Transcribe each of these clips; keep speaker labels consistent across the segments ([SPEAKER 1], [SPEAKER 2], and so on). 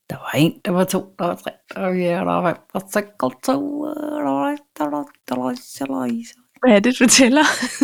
[SPEAKER 1] Der var 1, der var 2, der var 3, der var 4, der var 5, der var 6, der var 7,
[SPEAKER 2] Hvad er det, du tæller?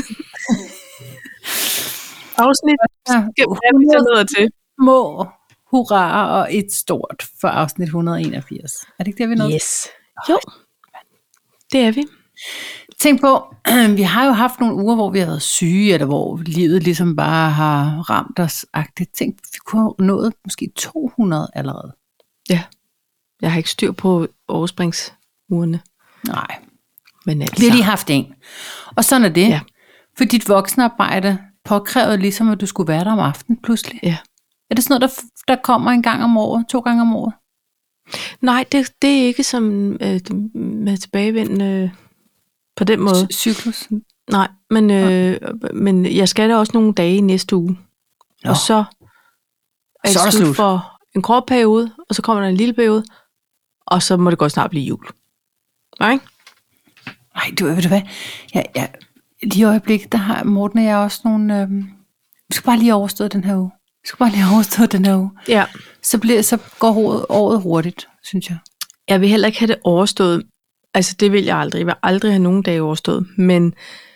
[SPEAKER 2] Afsnit skal vi så ned til.
[SPEAKER 1] Små hurraer og et stort for afsnit 181. Er det ikke det, vi nåede?
[SPEAKER 2] Yes. Jo, det er vi.
[SPEAKER 1] Tænk på, vi har jo haft nogle uger, hvor vi har været syge, eller hvor livet ligesom bare har ramt os-agtigt. Tænk, vi kunne have nået måske 200 allerede.
[SPEAKER 2] Ja, jeg har ikke styr på overspringsugerne.
[SPEAKER 1] Nej,
[SPEAKER 2] Men altså.
[SPEAKER 1] vi har lige haft en. Og sådan er det.
[SPEAKER 2] Ja.
[SPEAKER 1] For dit voksenarbejde påkrævede ligesom, at du skulle være der om aftenen pludselig.
[SPEAKER 2] Ja.
[SPEAKER 1] Er det sådan noget, der kommer en gang om året, 2 gange om året?
[SPEAKER 2] Nej, det er ikke som med tilbagevendende på den måde.
[SPEAKER 1] Cyklus?
[SPEAKER 2] Nej, men jeg skal da også nogle dage i næste uge.
[SPEAKER 1] Nå.
[SPEAKER 2] Og så er
[SPEAKER 1] Så er der
[SPEAKER 2] det slut
[SPEAKER 1] slut.
[SPEAKER 2] for en kort periode, og så kommer der en lille periode, og så må det godt snart blive jul. Nej?
[SPEAKER 1] Nej, ved du hvad? Lige i øjeblikket, der har Morten og jeg også nogle... vi skal bare lige overstå den her uge.
[SPEAKER 2] Ja.
[SPEAKER 1] Så går året hurtigt, synes jeg.
[SPEAKER 2] Jeg vil heller ikke have det overstået. Altså, det vil jeg aldrig. Jeg vil aldrig have nogen dage overstået. Men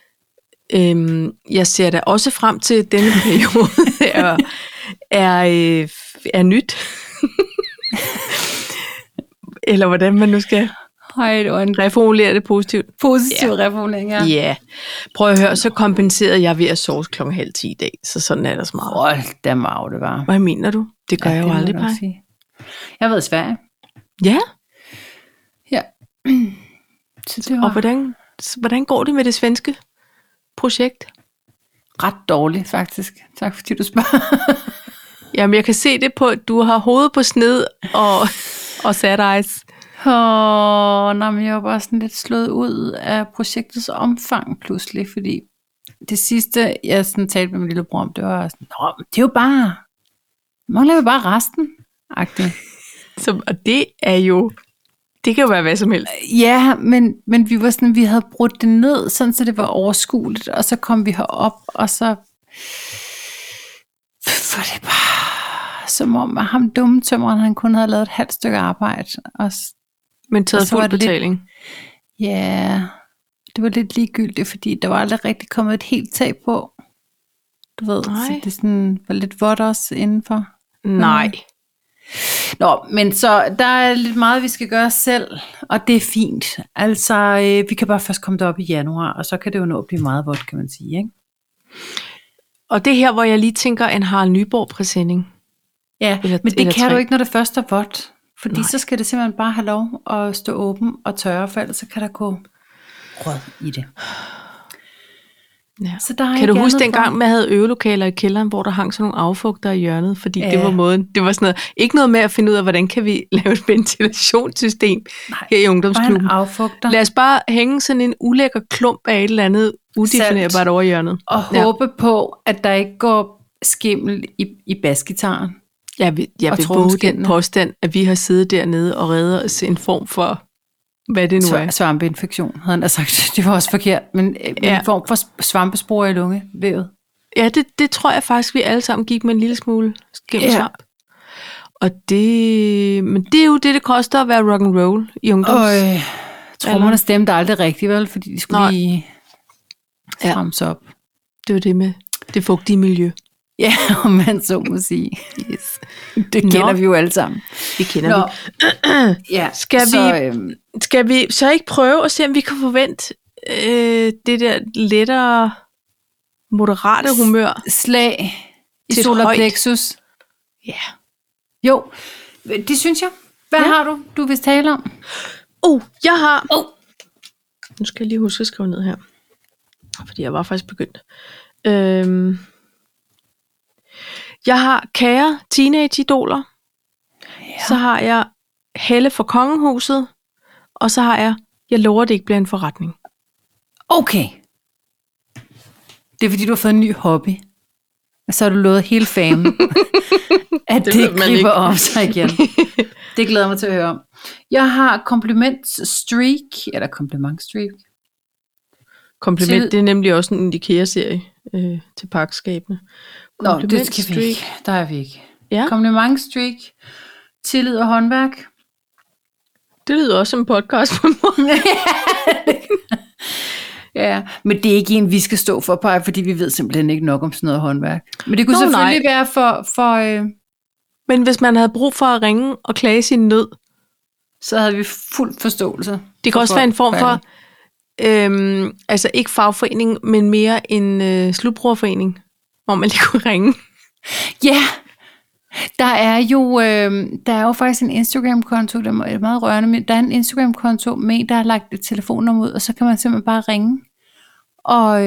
[SPEAKER 2] jeg ser da også frem til, at denne periode er nyt. Eller hvordan man nu skal
[SPEAKER 1] Hej, det var en
[SPEAKER 2] reformulere det positivt.
[SPEAKER 1] positiv reformulering, ja.
[SPEAKER 2] Ja. Prøv at høre, så kompenserede jeg ved at sove kl. 9:30 i dag. Så sådan er der så meget.
[SPEAKER 1] Hold da mag, det var.
[SPEAKER 2] Hvad mener du? Det gør jeg jo
[SPEAKER 1] det må
[SPEAKER 2] aldrig,
[SPEAKER 1] jeg nok
[SPEAKER 2] Paj.
[SPEAKER 1] sige. Jeg har været i Sverige.
[SPEAKER 2] Ja,
[SPEAKER 1] Ja. Så det var
[SPEAKER 2] og hvordan går det med det svenske projekt?
[SPEAKER 1] ret dårligt, faktisk. Tak fordi du spørger.
[SPEAKER 2] Jamen, jeg kan se det på, at du har hovedet på sned og sad eyes.
[SPEAKER 1] Men jeg var bare sådan lidt slået ud af projektets omfang pludselig, fordi det sidste, jeg sådan talte med min lillebror om, det var sådan, det er jo bare, mangler vi bare resten, agtigt.
[SPEAKER 2] Og det er jo, det kan jo være hvad som helst.
[SPEAKER 1] Ja, men vi var sådan, vi havde brudt det ned, sådan så det var overskueligt, og så kom vi herop, og så var det bare som om, at ham dumme tømmeren, han kun havde lavet et halvt stykke arbejde,
[SPEAKER 2] Men taget
[SPEAKER 1] og så var
[SPEAKER 2] fuld
[SPEAKER 1] det lidt-
[SPEAKER 2] betaling.
[SPEAKER 1] Ja, det var lidt ligegyldigt, fordi der var aldrig rigtig kommet et helt tag på. Du ved,
[SPEAKER 2] Nej.
[SPEAKER 1] så det sådan var lidt vådt også indenfor.
[SPEAKER 2] Nej.
[SPEAKER 1] Nå, men så der er lidt meget, vi skal gøre selv, og det er fint. Altså, vi kan bare først komme derop i januar, og så kan det jo nå at blive meget vådt, kan man sige, ikke?
[SPEAKER 2] Og det er her, hvor jeg lige tænker en Harald Nyborg-præsending.
[SPEAKER 1] Ja,
[SPEAKER 2] Eller-
[SPEAKER 1] men det
[SPEAKER 2] eller
[SPEAKER 1] kan
[SPEAKER 2] 3.
[SPEAKER 1] du ikke, når det først er vådt. Fordi
[SPEAKER 2] Nej.
[SPEAKER 1] så skal det simpelthen bare have lov at stå åben og tørre, for ellers så kan der gå rød i det.
[SPEAKER 2] Ja.
[SPEAKER 1] Så der er
[SPEAKER 2] Kan
[SPEAKER 1] ikke
[SPEAKER 2] du huske
[SPEAKER 1] andet
[SPEAKER 2] dengang, man havde øvelokaler i kælderen, hvor der hang sådan nogle affugter i hjørnet? Fordi det
[SPEAKER 1] Ja.
[SPEAKER 2] var måden. Det var sådan noget, ikke noget med at finde ud af, hvordan kan vi lave et ventilationssystem her i
[SPEAKER 1] Bare
[SPEAKER 2] ungdomsklubben.
[SPEAKER 1] en affugter.
[SPEAKER 2] Lad os bare hænge sådan en ulækker klump af et eller andet udefinerbart over hjørnet.
[SPEAKER 1] Og håbe på, at der ikke går skimmel i basgitaren.
[SPEAKER 2] Jeg vil
[SPEAKER 1] og
[SPEAKER 2] våge den
[SPEAKER 1] trommeskinnene.
[SPEAKER 2] påstand, at vi har siddet dernede og reddet os en form for, hvad det nu er.
[SPEAKER 1] Svampeinfektion, havde han da sagt. Det var også forkert, men
[SPEAKER 2] Ja.
[SPEAKER 1] en form for svampespor i lungevævet.
[SPEAKER 2] Ja, det tror jeg faktisk, vi alle sammen gik med en lille smule skimmelsvamp. Og men det er jo det koster at være rock and roll i ungdoms.
[SPEAKER 1] Trommerne stemte aldrig rigtigt, vel? Fordi de skulle
[SPEAKER 2] Nej.
[SPEAKER 1] lige
[SPEAKER 2] Ja.
[SPEAKER 1] strammes op.
[SPEAKER 2] Det var det med det fugtige miljø.
[SPEAKER 1] Ja, om man så må sige.
[SPEAKER 2] Yes.
[SPEAKER 1] Det kender vi jo alle sammen.
[SPEAKER 2] Det kender vi.
[SPEAKER 1] Ja,
[SPEAKER 2] Skal vi så ikke prøve at se, om vi kan forvente det der lettere, moderate humør?
[SPEAKER 1] slag i
[SPEAKER 2] Til et
[SPEAKER 1] solar
[SPEAKER 2] højt.
[SPEAKER 1] plexus?
[SPEAKER 2] Ja.
[SPEAKER 1] Jo, det synes jeg. Hvad har du vil tale om?
[SPEAKER 2] Jeg har... Nu skal jeg lige huske at skrive ned her. Fordi jeg var faktisk begyndt. Jeg har kære teenage-idoler. Ja. Så har jeg Helle for Kongehuset. Og så har jeg lover, det ikke bliver en forretning.
[SPEAKER 1] Okay. Det er fordi, du har fået en ny hobby. Og så har du lovet hele famen, at det
[SPEAKER 2] ved man
[SPEAKER 1] griber
[SPEAKER 2] ikke.
[SPEAKER 1] om sig igen. Det glæder mig til at høre om. Jeg har komplimentstreak, eller komplimentstreak.
[SPEAKER 2] Kompliment, det er nemlig også en IKEA-serie til pakskabene.
[SPEAKER 1] Nå, det skal vi ikke. Der er vi ikke.
[SPEAKER 2] Ja.
[SPEAKER 1] Komplimentstreak Tillid og håndværk.
[SPEAKER 2] Det lyder også som en podcast på en måde.
[SPEAKER 1] Ja, men det er ikke en, vi skal stå for, Paj, fordi vi ved simpelthen ikke nok om sådan noget håndværk. Men det kunne selvfølgelig være for
[SPEAKER 2] Men hvis man havde brug for at ringe og klage sin nød,
[SPEAKER 1] så havde vi fuld forståelse.
[SPEAKER 2] det kan også være en form for, altså ikke fagforening, men mere en slutbrugerforening, hvor man lige kunne ringe.
[SPEAKER 1] Ja, der er jo faktisk en Instagram-konto, der er meget rørende, men der er en Instagram-konto med en, der har lagt et telefonnummer ud, og så kan man simpelthen bare ringe. Og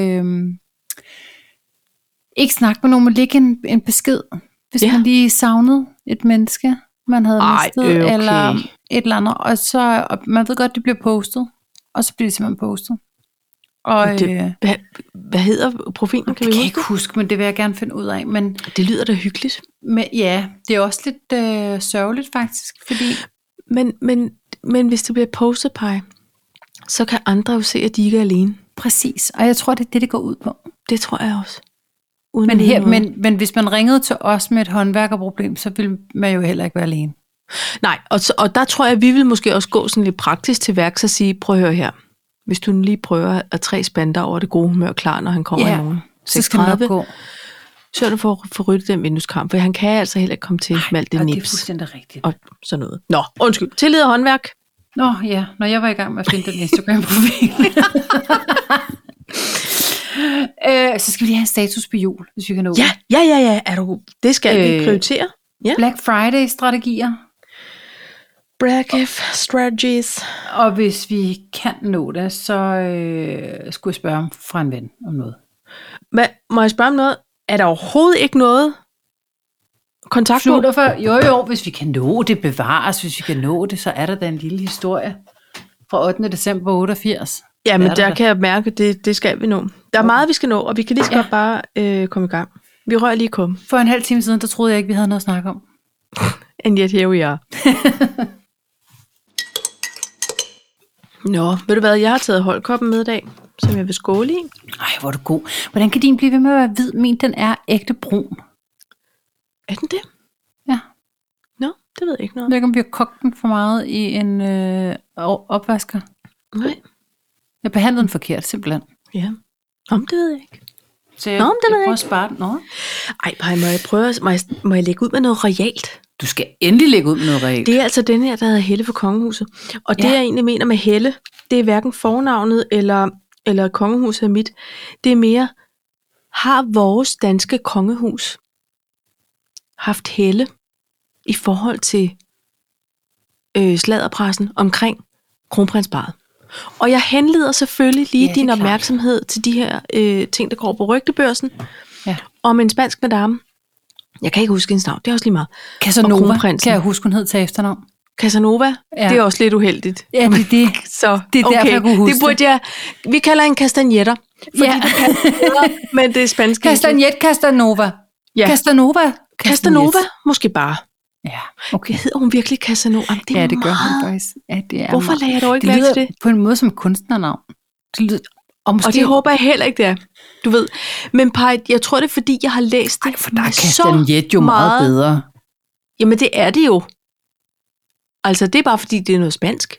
[SPEAKER 1] ikke snakke med nogen, men lægge en besked, hvis man lige savnede et menneske, man havde mistet,
[SPEAKER 2] okay.
[SPEAKER 1] eller et eller andet. Og man ved godt, det bliver postet, og så bliver det simpelthen postet. Og
[SPEAKER 2] hvad hedder profilen?
[SPEAKER 1] Kan jeg ikke huske, men det vil jeg gerne finde ud af. Men
[SPEAKER 2] det lyder da hyggeligt.
[SPEAKER 1] Men, ja, det er også lidt sørgeligt faktisk, fordi...
[SPEAKER 2] Men hvis det bliver postet, Paj, så kan andre jo se, at de ikke er alene.
[SPEAKER 1] Præcis, og jeg tror, det er det går ud på.
[SPEAKER 2] Det tror jeg også.
[SPEAKER 1] Men hvis man ringede til os med et håndværkerproblem, så ville man jo heller ikke være alene.
[SPEAKER 2] Nej, og der tror jeg, at vi vil måske også gå sådan lidt praktisk til værks og sige, prøv at høre her. Hvis du lige prøver at 3 spander over det gode humør klar, når han kommer i morgen.
[SPEAKER 1] Så skal det nok gå.
[SPEAKER 2] Sørg du for at få ryddet den vindueskarm, for han kan altså heller ikke komme til med alt det nips.
[SPEAKER 1] Det er fuldstændig rigtigt.
[SPEAKER 2] Og sådan noget. Nå, undskyld. Tillid og håndværk.
[SPEAKER 1] Nå ja, når jeg var i gang med at finde den Instagram-profil. Så skal vi lige have en status på jul, hvis vi kan nå det.
[SPEAKER 2] Ja. Det skal vi prioritere. Ja.
[SPEAKER 1] Black Friday-strategier.
[SPEAKER 2] Black strategies.
[SPEAKER 1] Og hvis vi kan nå det, så skulle jeg spørge fra en ven om noget.
[SPEAKER 2] Må jeg spørge om noget? Er der overhovedet ikke noget kontakt på?
[SPEAKER 1] Jo, hvis vi kan nå det, bevares. Hvis vi kan nå det, så er der da en lille historie fra 8. december 88.
[SPEAKER 2] Ja, men der kan jeg mærke, det skal vi nå. Der er meget, vi skal nå, og vi kan lige så godt bare komme i gang. Vi rører lige komme.
[SPEAKER 1] For en halv time siden, der troede jeg ikke, vi havde noget at snakke om.
[SPEAKER 2] And yet here we are. Nå, ved du hvad, jeg har taget holdkoppen med i dag, som jeg vil skåle i.
[SPEAKER 1] Ej, hvor er du god. Hvordan kan din blive ved med at være hvid? Min, den er ægte brun.
[SPEAKER 2] Er den det?
[SPEAKER 1] Ja.
[SPEAKER 2] Nå, det ved jeg ikke noget.
[SPEAKER 1] Jeg ved ikke, om vi har kogt den for meget i en opvasker.
[SPEAKER 2] Nej.
[SPEAKER 1] Jeg behandlede den forkert, simpelthen.
[SPEAKER 2] Ja. Om det ved jeg ikke.
[SPEAKER 1] Så jeg prøver at spare den. Nå.
[SPEAKER 2] Ej, Paj, må jeg lægge ud med noget realt?
[SPEAKER 1] Du skal endelig lægge ud med noget realt.
[SPEAKER 2] Det er altså den her, der hedder Helle for Kongehuset. Og det, jeg egentlig mener med Helle, det er hverken fornavnet eller kongehuset er mit. Det er mere, har vores danske kongehus haft Helle i forhold til sladderpressen omkring kronprinsparret? Og jeg henleder selvfølgelig lige din opmærksomhed til de her ting, der går på rygtebørsen, om en spansk madame. Jeg kan ikke huske hendes navn, det er også lige meget.
[SPEAKER 1] Casanova, kan jeg huske, hun hed til efternavn.
[SPEAKER 2] Casanova, det er også lidt uheldigt.
[SPEAKER 1] Ja, det er det.
[SPEAKER 2] Så,
[SPEAKER 1] det er derfor, jeg kunne huske
[SPEAKER 2] det. Burde jeg, vi kalder en castagnetta, fordi det kan, men det er spansk.
[SPEAKER 1] Castanova.
[SPEAKER 2] Ja. Castanova, måske bare.
[SPEAKER 1] Ja, okay.
[SPEAKER 2] Hedder hun virkelig Casanova?
[SPEAKER 1] Det gør hun faktisk. Ja, det er
[SPEAKER 2] hvorfor lader jeg dog ikke
[SPEAKER 1] det
[SPEAKER 2] være til det?
[SPEAKER 1] På en måde som kunstnernavn. Det lyder,
[SPEAKER 2] og det håber jeg heller ikke, det er. Du ved. Men Paj, jeg tror det er, fordi jeg har læst det.
[SPEAKER 1] Ej, for der er Castagnet jo meget bedre.
[SPEAKER 2] Jamen det er det jo. Altså det er bare fordi, det er noget spansk.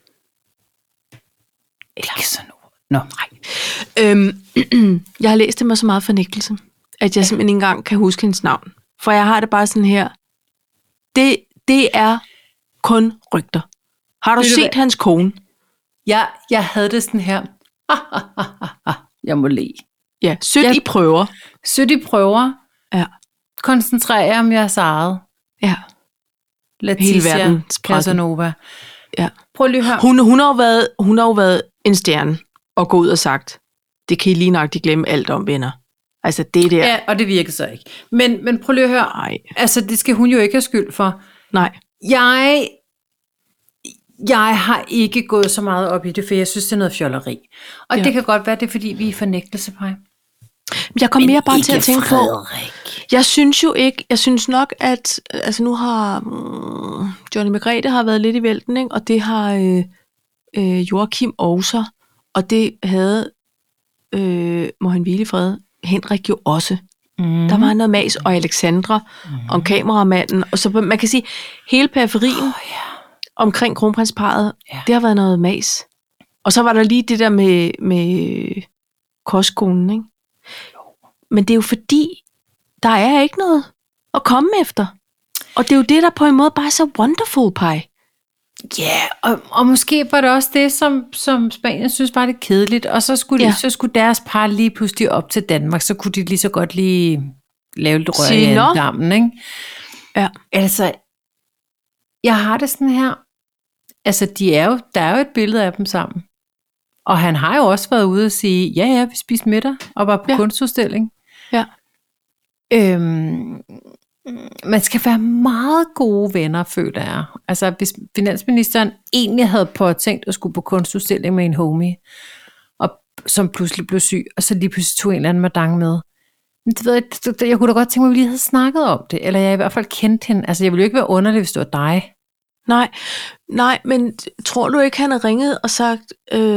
[SPEAKER 1] Eller Casanova. Nå,
[SPEAKER 2] nej. Jeg har læst det med så meget fornægtelse, at jeg simpelthen ikke engang kan huske hendes navn. For jeg har det bare sådan her. Det er kun rygter. Har du set hans kone?
[SPEAKER 1] Jeg havde det sådan her. Jeg må le.
[SPEAKER 2] Ja, sødt i prøver.
[SPEAKER 1] Sødt i prøver.
[SPEAKER 2] Ja.
[SPEAKER 1] Koncentrerer om jeres eget.
[SPEAKER 2] Ja.
[SPEAKER 1] Leticia Casanova.
[SPEAKER 2] Ja.
[SPEAKER 1] Prøv lige at høre.
[SPEAKER 2] Hun har jo været en stjerne og gå ud og sagt, det kan I lige nok glemme alt om, venner. Altså det der.
[SPEAKER 1] Ja, og det virker så ikke. Men prøv lige at høre.
[SPEAKER 2] Nej.
[SPEAKER 1] Altså det skal hun jo ikke have skyld for.
[SPEAKER 2] Nej.
[SPEAKER 1] Jeg har ikke gået så meget op i det, for jeg synes, det er noget fjolleri. Og det kan godt være, det er fordi, vi er fornægtelse på.
[SPEAKER 2] Jeg kom mere bare til at tænke på, jeg synes nok, at altså nu har Johnny Margrethe har været lidt i vælten, ikke? Og det har Joachim også, og det havde, må han hvile i fred, Henrik jo også Der var noget mas, og Alexandra, om kameramanden, og så man kan sige, hele periferien omkring kronprinsparet, det har været noget mas. Og så var der lige det der med kostskolen, ikke? Men det er jo fordi, der er ikke noget at komme efter. Og det er jo det, der på en måde bare er så wonderful, Paj.
[SPEAKER 1] Ja, og måske var det også det, som Spanien synes var lidt kedeligt, og så skulle deres par lige pludselig op til Danmark, så kunne de lige så godt lige lave lidt rør i dammen, ikke?
[SPEAKER 2] Ja.
[SPEAKER 1] Altså, jeg har det sådan her, altså der er jo et billede af dem sammen, og han har jo også været ude og sige, ja, vi spiste middag, og var på kunstudstilling.
[SPEAKER 2] Ja.
[SPEAKER 1] Man skal være meget gode venner, føler jeg. Altså, hvis finansministeren egentlig havde påtænkt at skulle på kunstudstilling med en homie, og som pludselig blev syg, og så lige pludselig tog en eller anden madang med. Men det ved jeg kunne da godt tænke mig, at vi lige havde snakket om det, eller jeg i hvert fald kendte hende. Altså, jeg ville jo ikke være underlig, hvis det var dig.
[SPEAKER 2] Nej, men tror du ikke, han har ringet og sagt,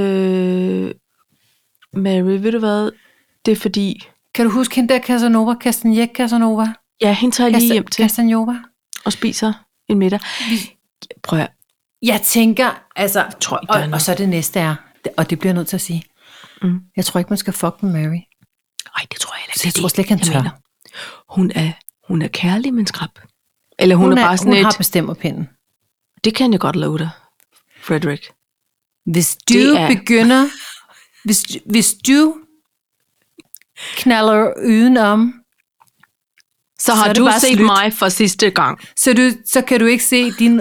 [SPEAKER 2] Mary, ved du hvad, det er fordi...
[SPEAKER 1] Kan du huske hende der Casanova?
[SPEAKER 2] Ja, hende tager jeg lige hjem til.
[SPEAKER 1] Casanova.
[SPEAKER 2] Og spiser en middag. Prøv at...
[SPEAKER 1] Jeg tænker, altså, og så det næste er, og det bliver jeg nødt til at sige, jeg tror ikke, man skal fuck med Mary.
[SPEAKER 2] Nej, det tror jeg ikke.
[SPEAKER 1] Jeg tror slet ikke, han tør.
[SPEAKER 2] Hun er kærlig, men skrab. Eller hun er bare sådan
[SPEAKER 1] hun har bestemmerpinden.
[SPEAKER 2] Det kan jeg godt love dig, Frederik.
[SPEAKER 1] Hvis du begynder, hvis du knaller udenom,
[SPEAKER 2] så har du set mig for sidste gang.
[SPEAKER 1] Så kan du ikke se din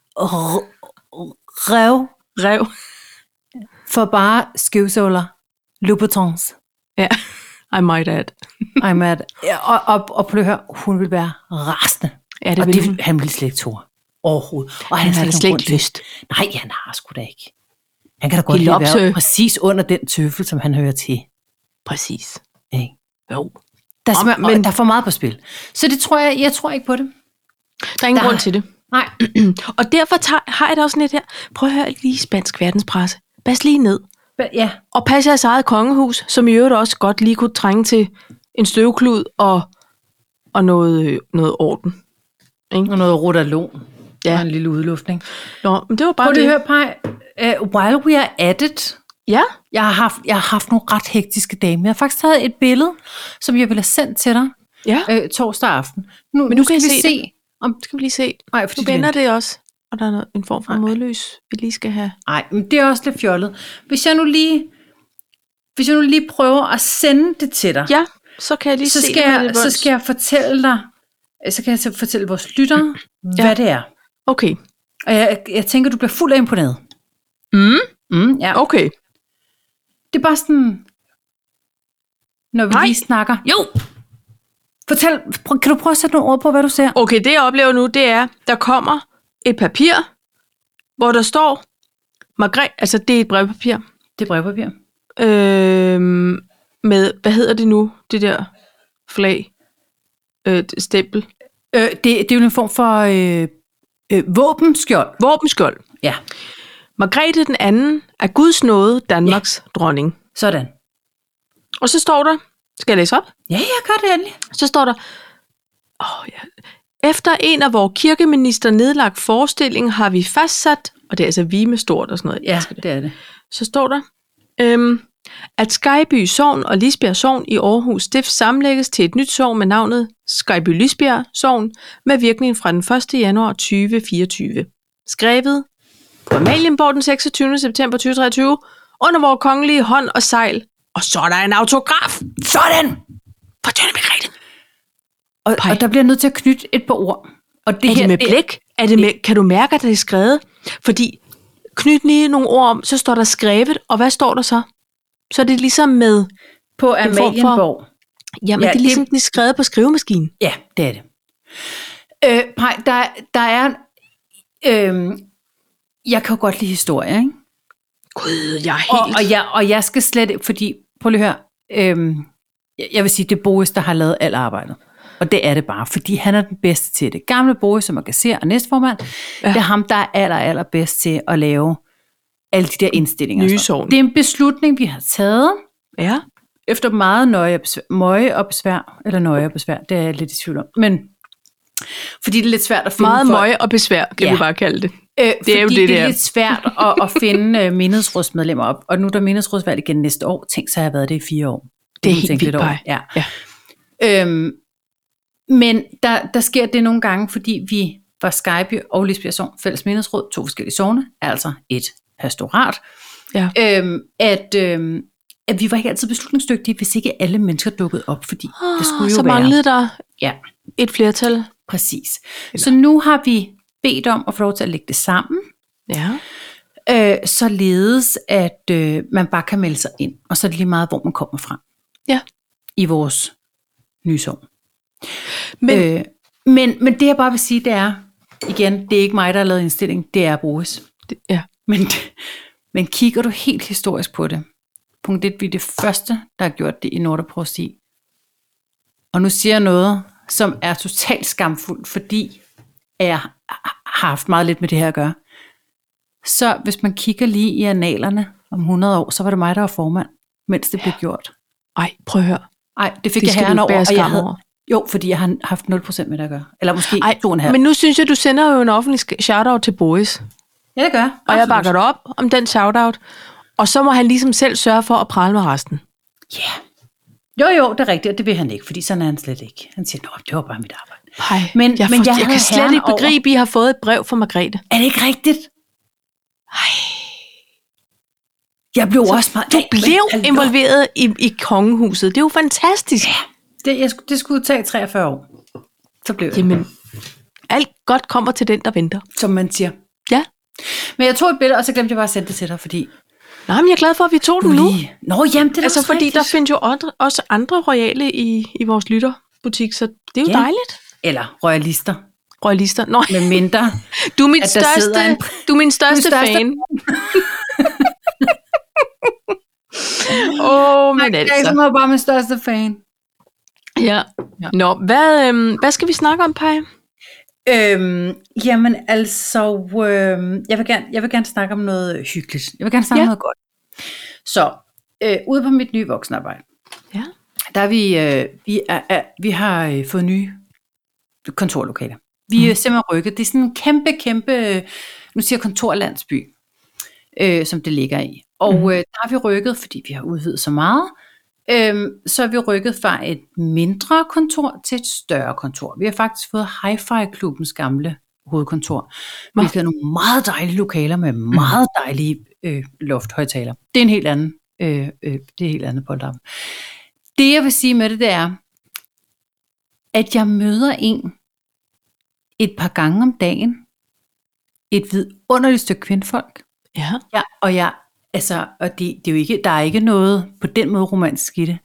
[SPEAKER 1] rev for bare skævsåler. Louboutins.
[SPEAKER 2] Ja, I might add.
[SPEAKER 1] Og prøv at høre, hun vil være rasende.
[SPEAKER 2] Ja, det vil
[SPEAKER 1] han vil slet ikke tåre. Overhovedet. Og
[SPEAKER 2] han har slet ikke lyst.
[SPEAKER 1] Nej, han har sgu da ikke. Han kan da godt lide være præcis under den tøffel, som han hører til.
[SPEAKER 2] Præcis.
[SPEAKER 1] Ikke?
[SPEAKER 2] Jo.
[SPEAKER 1] Der er for meget på spil. Så det tror jeg tror ikke på det.
[SPEAKER 2] Der er ingen grund til det.
[SPEAKER 1] Nej.
[SPEAKER 2] Og derfor har jeg da også lidt her. Prøv at høre lige spansk verdenspresse. Bas lige ned.
[SPEAKER 1] Ja.
[SPEAKER 2] Og pas jeres eget kongehus, som i øvrigt også godt lige kunne trænge til en støvklud og noget orden.
[SPEAKER 1] Ikke? Og noget rotalon.
[SPEAKER 2] Ja.
[SPEAKER 1] Og en lille udluftning.
[SPEAKER 2] Nå, men det var bare
[SPEAKER 1] det. Prøv at høre, Paj. While we are at it.
[SPEAKER 2] Ja.
[SPEAKER 1] Jeg har haft nogle ret hektiske dage. Men jeg har faktisk taget et billede, som jeg vil have sendt til dig torsdag aften.
[SPEAKER 2] Men nu skal vi se.
[SPEAKER 1] Skal vi lige se?
[SPEAKER 2] Nej, for nu vender det også. Og der er en form for modløs, vi lige skal have.
[SPEAKER 1] Nej, men det er også lidt fjollet. Hvis jeg nu lige prøver at sende det til dig.
[SPEAKER 2] Ja, så kan jeg lige se det.
[SPEAKER 1] Så skal jeg fortælle dig, så kan jeg fortælle vores lyttere, hvad det er.
[SPEAKER 2] Okay.
[SPEAKER 1] Og jeg tænker, du bliver fuldt af imponeret. Ja.
[SPEAKER 2] Okay.
[SPEAKER 1] Det er bare sådan, når vi lige snakker. Jo! Fortæl, kan du prøve at sætte nogle ord på, hvad du ser?
[SPEAKER 2] Okay, det jeg oplever nu, det er, der kommer et papir, hvor der står, Margrethe, altså det er et brevpapir.
[SPEAKER 1] Det er brevpapir.
[SPEAKER 2] Med, hvad hedder det nu, det der flag, stempel?
[SPEAKER 1] Det er jo en form for våbenskjold.
[SPEAKER 2] Våbenskjold.
[SPEAKER 1] Ja.
[SPEAKER 2] Margrethe den anden er Guds nåde, Danmarks dronning.
[SPEAKER 1] Sådan.
[SPEAKER 2] Og så står der, skal jeg læse op?
[SPEAKER 1] Ja, jeg gør det endelig.
[SPEAKER 2] Så står der, efter en af vores kirkeminister nedlagt forestilling har vi fastsat, og det er altså vi med stort og sådan noget.
[SPEAKER 1] Ja, det er det.
[SPEAKER 2] Så står der, at Skejby Sogn og Lisbjerg Sogn i Aarhus Stift sammenlægges til et nyt sogn med navnet Skejby Lisbjerg Sogn med virkning fra den 1. januar 2024. Skrevet på Amalienborg den 26. september 2023 under vores kongelige hånd og sejl. Og så er der en autograf.
[SPEAKER 1] Sådan!
[SPEAKER 2] Fortæl mig rigtigt.
[SPEAKER 1] Og der bliver nødt til at knytte et par ord. Og det
[SPEAKER 2] er det med blæk? Kan du mærke, at det er skrevet? Fordi knyt lige nogle ord om, så står der skrevet, og hvad står der så? Så er det ligesom med...
[SPEAKER 1] På Amalienborg.
[SPEAKER 2] Jamen, det er ligesom det er skrevet på skrivemaskinen.
[SPEAKER 1] Ja, det er det. Der er... jeg kan jo godt lide historie, ikke?
[SPEAKER 2] Gud, jeg er helt...
[SPEAKER 1] Og jeg skal slet... Fordi, prøv lige at høre... jeg vil sige, det er Boris, der har lavet alt arbejdet. Og det er det bare, fordi han er den bedste til det. Gamle Boris, som organiserer og næstformand, det er ham, der er allerbedst til at lave alle de der indstillinger.
[SPEAKER 2] Nye sogn.
[SPEAKER 1] Det er en beslutning, vi har taget.
[SPEAKER 2] Ja.
[SPEAKER 1] efter meget møje og besvær, det er jeg lidt i tvivl om, men fordi det er lidt svært at finde
[SPEAKER 2] meget møje og besvær, kan vi bare kalde det.
[SPEAKER 1] Det er jo det er lidt svært at finde menighedsrådsmedlemmer op, og nu er der menighedsrådsvalg igen næste år. Tænk, så har jeg været det i 4 år.
[SPEAKER 2] Det er helt vildt bare.
[SPEAKER 1] Ja. Men der sker det nogle gange, fordi vi var Skype og Lisbjerg Sogn fælles menighedsråd, 2 forskellige sogne, altså et pastorat, at vi var ikke altid beslutningsdygtige, hvis ikke alle mennesker dukkede op, fordi det skulle jo
[SPEAKER 2] så
[SPEAKER 1] være.
[SPEAKER 2] manglede der et flertal.
[SPEAKER 1] Præcis. Så nu har vi bedt om at få lov til at lægge det sammen, således at man bare kan melde sig ind, og så er det lige meget, hvor man kommer fra.
[SPEAKER 2] Ja.
[SPEAKER 1] I vores nye sogn. Men det jeg bare vil sige, det er, igen, det er ikke mig, der har lavet indstilling, det er Boris. Men kigger du helt historisk på det, punkt 1, vi er det første, der har gjort det i Nordre. Og nu siger jeg noget, som er totalt skamfuldt, fordi jeg har haft meget lidt med det her at gøre. Så hvis man kigger lige i annalerne om 100 år, så var det mig, der var formand, mens det blev gjort.
[SPEAKER 2] Ej, prøv at høre.
[SPEAKER 1] Ej, det fik jeg herren over, og jeg havde... Jo, fordi jeg har haft 0% med det at gøre. Eller måske 2,5.
[SPEAKER 2] Men nu synes jeg, du sender jo en offentlig shout-out til Boris.
[SPEAKER 1] Ja, det gør jeg.
[SPEAKER 2] Og jeg bakker dig op om den shout-out. Og så må han ligesom selv sørge for at prale med resten.
[SPEAKER 1] Ja. Yeah. Jo, det er rigtigt, og det vil han ikke, fordi sådan er han slet ikke. Han siger, det var bare mit arbejde.
[SPEAKER 2] Men jeg kan slet ikke begribe, at I har fået et brev fra Margrethe.
[SPEAKER 1] Er det ikke rigtigt? Jeg blev også meget...
[SPEAKER 2] Du blev involveret i kongehuset. Det er jo fantastisk.
[SPEAKER 1] Ja, det skulle tage 43 år. Så blev det.
[SPEAKER 2] Jamen, alt godt kommer til den, der venter.
[SPEAKER 1] Som man siger.
[SPEAKER 2] Ja.
[SPEAKER 1] Men jeg tog et billede, og så glemte jeg bare at sende det til dig, fordi...
[SPEAKER 2] Nej, men jeg er glad for, at vi tog den nu.
[SPEAKER 1] Nå, jamen, det er
[SPEAKER 2] altså, fordi rigtigt. Der findes jo også andre royale i vores lytterbutik, så det er jo dejligt.
[SPEAKER 1] Eller royalister.
[SPEAKER 2] Nå.
[SPEAKER 1] Med mindre.
[SPEAKER 2] Du er min største fan. Men altså.
[SPEAKER 1] Jeg er bare min største fan.
[SPEAKER 2] Ja. Nå, hvad skal vi snakke om, Paj?
[SPEAKER 1] Jamen altså, jeg vil gerne snakke om noget hyggeligt. Jeg vil gerne snakke om noget godt. Så, ude på mit nye voksenarbejde, der er vi har fået nye kontorlokaler. Vi er simpelthen rykket. Det er sådan en kæmpe, nu siger jeg kontorlandsby, som det ligger i. Og der har vi rykket, fordi vi har udvidet så meget, så er vi rykket fra et mindre kontor til et større kontor. Vi har faktisk fået Hi-Fi-klubbens gamle hovedkontor, hvilket er nogle meget dejlige lokaler med meget dejlige lofthøjtaler. Det er en helt anden, polterappen. Det jeg vil sige med det er, at jeg møder en et par gange om dagen, et vidunderligt stykke kvindfolk. Ja, og jeg altså, og det er jo ikke, der er ikke noget på den måde romantisk i det.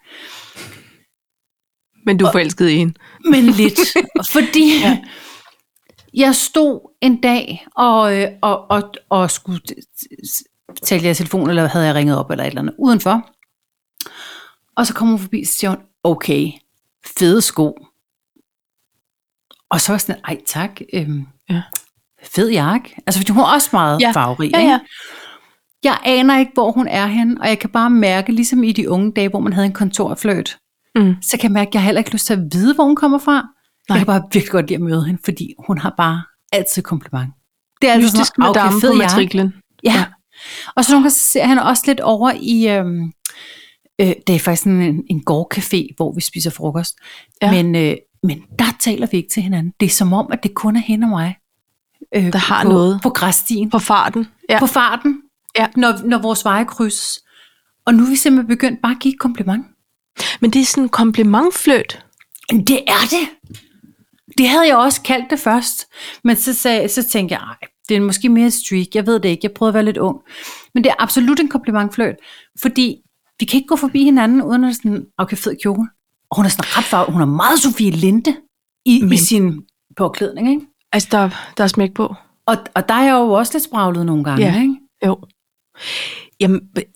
[SPEAKER 2] Men du er forelsket i hende.
[SPEAKER 1] Men lidt. Fordi jeg stod en dag og skulle tale jeres telefon, eller havde jeg ringet op, eller et eller andet, udenfor. Og så kom hun forbi, og siger hun, okay, fede sko. Og så var sådan, ej tak, fed jakke. Altså, fordi hun er også meget farverig. Ja. Jeg aner ikke, hvor hun er henne, og jeg kan bare mærke, ligesom i de unge dage, hvor man havde en kontorfløjt, så kan jeg mærke, at jeg heller ikke lyst til at vide, hvor hun kommer fra. Nej. Jeg kan bare virkelig godt lide at møde hende, fordi hun har bare altid kompliment. Det er altid
[SPEAKER 2] sådan, okay, fed matriklen.
[SPEAKER 1] Ja. Og så nogle gange ser han også lidt over i, det er faktisk en gårdcafé, hvor vi spiser frokost. Ja. Men der taler vi ikke til hinanden. Det er som om, at det kun er hende og mig.
[SPEAKER 2] Der har noget.
[SPEAKER 1] På græsstien.
[SPEAKER 2] På farten.
[SPEAKER 1] Ja. På farten. Ja. Når vores veje krydses. Og nu er vi simpelthen begyndt bare at give et kompliment.
[SPEAKER 2] Men det er sådan en komplimentfløjt.
[SPEAKER 1] Det er det. Det havde jeg også kaldt det først. Men så tænkte jeg, det er måske mere et streak. Jeg ved det ikke. Jeg prøvede at være lidt ung. Men det er absolut en komplimentfløjt. Fordi vi kan ikke gå forbi hinanden, uden at sådan, okay, fed kjole. Og hun er sådan ret farvet. Hun er meget Sofie Linde i sin påklædning, ikke?
[SPEAKER 2] Altså, der er smæk på.
[SPEAKER 1] Og der er jeg jo også lidt spraglet nogle gange, ikke?
[SPEAKER 2] Jo. Jamen,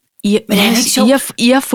[SPEAKER 2] I har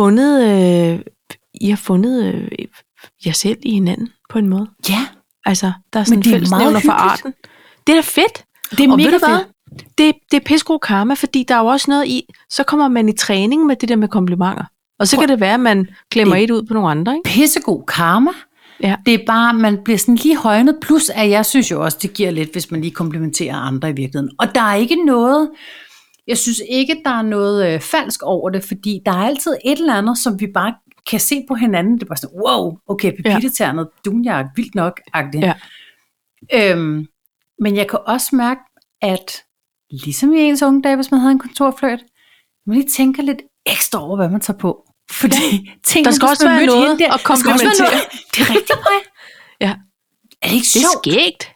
[SPEAKER 2] fundet jer selv i hinanden på en måde.
[SPEAKER 1] Ja.
[SPEAKER 2] Altså, der er sådan en fællesnævner for arten. Det er da fedt.
[SPEAKER 1] Det er mega fedt.
[SPEAKER 2] Det er pissegod karma, fordi der er jo også noget i, så kommer man i træning med det der med komplimenter. Og så kan det være, at man klemmer et ud på nogle andre, ikke?
[SPEAKER 1] Pissegod karma.
[SPEAKER 2] Ja.
[SPEAKER 1] Det er bare, man bliver sådan lige højnet. Plus, at jeg synes jo også, det giver lidt, hvis man lige komplimenterer andre i virkeligheden. Og der er ikke noget, jeg synes ikke, der er noget falsk over det, fordi der er altid et eller andet, som vi bare kan se på hinanden. Det er bare sådan, wow, okay, pipitterternet, dunjak, vildt nok, agtigt.
[SPEAKER 2] Ja.
[SPEAKER 1] Men jeg kan også mærke, at ligesom i ens unge dage, hvis man havde en kontorfløjt, man lige tænker lidt ekstra over, hvad man tager på. Fordi ting,
[SPEAKER 2] der skal også være noget at komplementere.
[SPEAKER 1] Det er rigtigt, Maja.
[SPEAKER 2] Ja.
[SPEAKER 1] Er det ikke
[SPEAKER 2] Det er
[SPEAKER 1] sjovt?
[SPEAKER 2] skægt.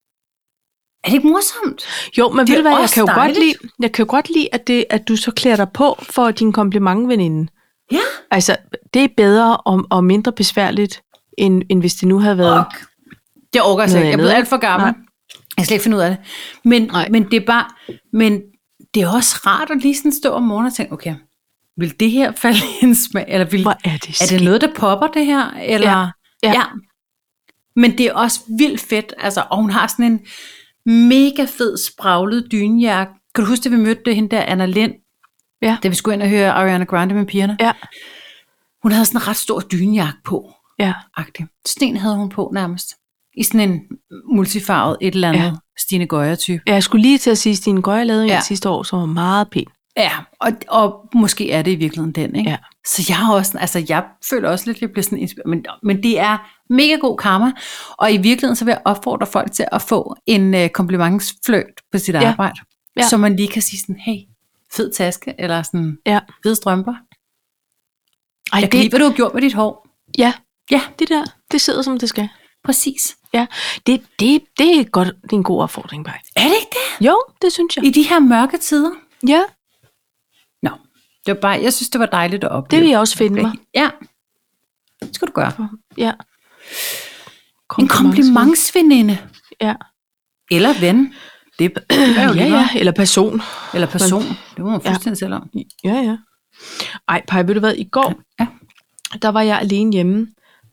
[SPEAKER 1] Er det ikke morsomt?
[SPEAKER 2] Jo, men ved du hvad, jeg kan jo godt lide, at du så klæder dig på for din komplimentveninde.
[SPEAKER 1] Ja.
[SPEAKER 2] Altså, det er bedre og mindre besværligt, end hvis det nu havde været...
[SPEAKER 1] Jeg orker ikke. Jeg er blevet alt for gammel.
[SPEAKER 2] Nej.
[SPEAKER 1] Jeg kan slet ikke finde ud af det. Men det er bare... Men det er også rart at lige sådan stå om morgenen og tænke, okay, vil det her falde i en smag? Eller er det noget, der popper det her? Eller, ja. Men det er også vildt fedt. Altså, og hun har sådan en mega fed spraglet dynjakke. Kan du huske, at vi mødte hende der, Anna Lind?
[SPEAKER 2] Ja.
[SPEAKER 1] Da vi skulle ind og høre Ariana Grande med pigerne.
[SPEAKER 2] Ja.
[SPEAKER 1] Hun havde sådan en ret stor dynjakke på.
[SPEAKER 2] Ja.
[SPEAKER 1] Sten havde hun på nærmest. I sådan en multifarvet et eller andet Stine Goya-type.
[SPEAKER 2] Ja, jeg skulle lige til at sige, at Stine Goya lavede en sidste år, som var meget pæn.
[SPEAKER 1] Ja, og måske er det i virkeligheden den, ikke?
[SPEAKER 2] Ja.
[SPEAKER 1] Så jeg har også, altså jeg føler også lidt, at jeg bliver sådan inspireret, men det er mega god karma, og i virkeligheden så vil jeg opfordre folk til at få en komplimentsfløjt på sit arbejde, så man lige kan sige sådan, hey, fed taske, eller sådan, fede strømper. Ej, jeg kan lide, hvad du har gjort med dit hår.
[SPEAKER 2] Ja, det sidder som det skal.
[SPEAKER 1] Præcis.
[SPEAKER 2] Ja, det er godt, det er en god opfordring, Paj.
[SPEAKER 1] Er det ikke det?
[SPEAKER 2] Jo, det synes jeg.
[SPEAKER 1] I de her mørke tider?
[SPEAKER 2] Ja.
[SPEAKER 1] Nå, det var bare, jeg synes, det var dejligt at opleve.
[SPEAKER 2] Det vil jeg også finde mig.
[SPEAKER 1] Ja, det skal du gøre.
[SPEAKER 2] Ja.
[SPEAKER 1] En komplimentsveninde.
[SPEAKER 2] Ja.
[SPEAKER 1] Eller ven. Det er jo
[SPEAKER 2] eller person.
[SPEAKER 1] Eller person. Det må man fuldstændig selv om.
[SPEAKER 2] Ja. Ej, Paj, ved du hvad, i går, der var jeg alene hjemme.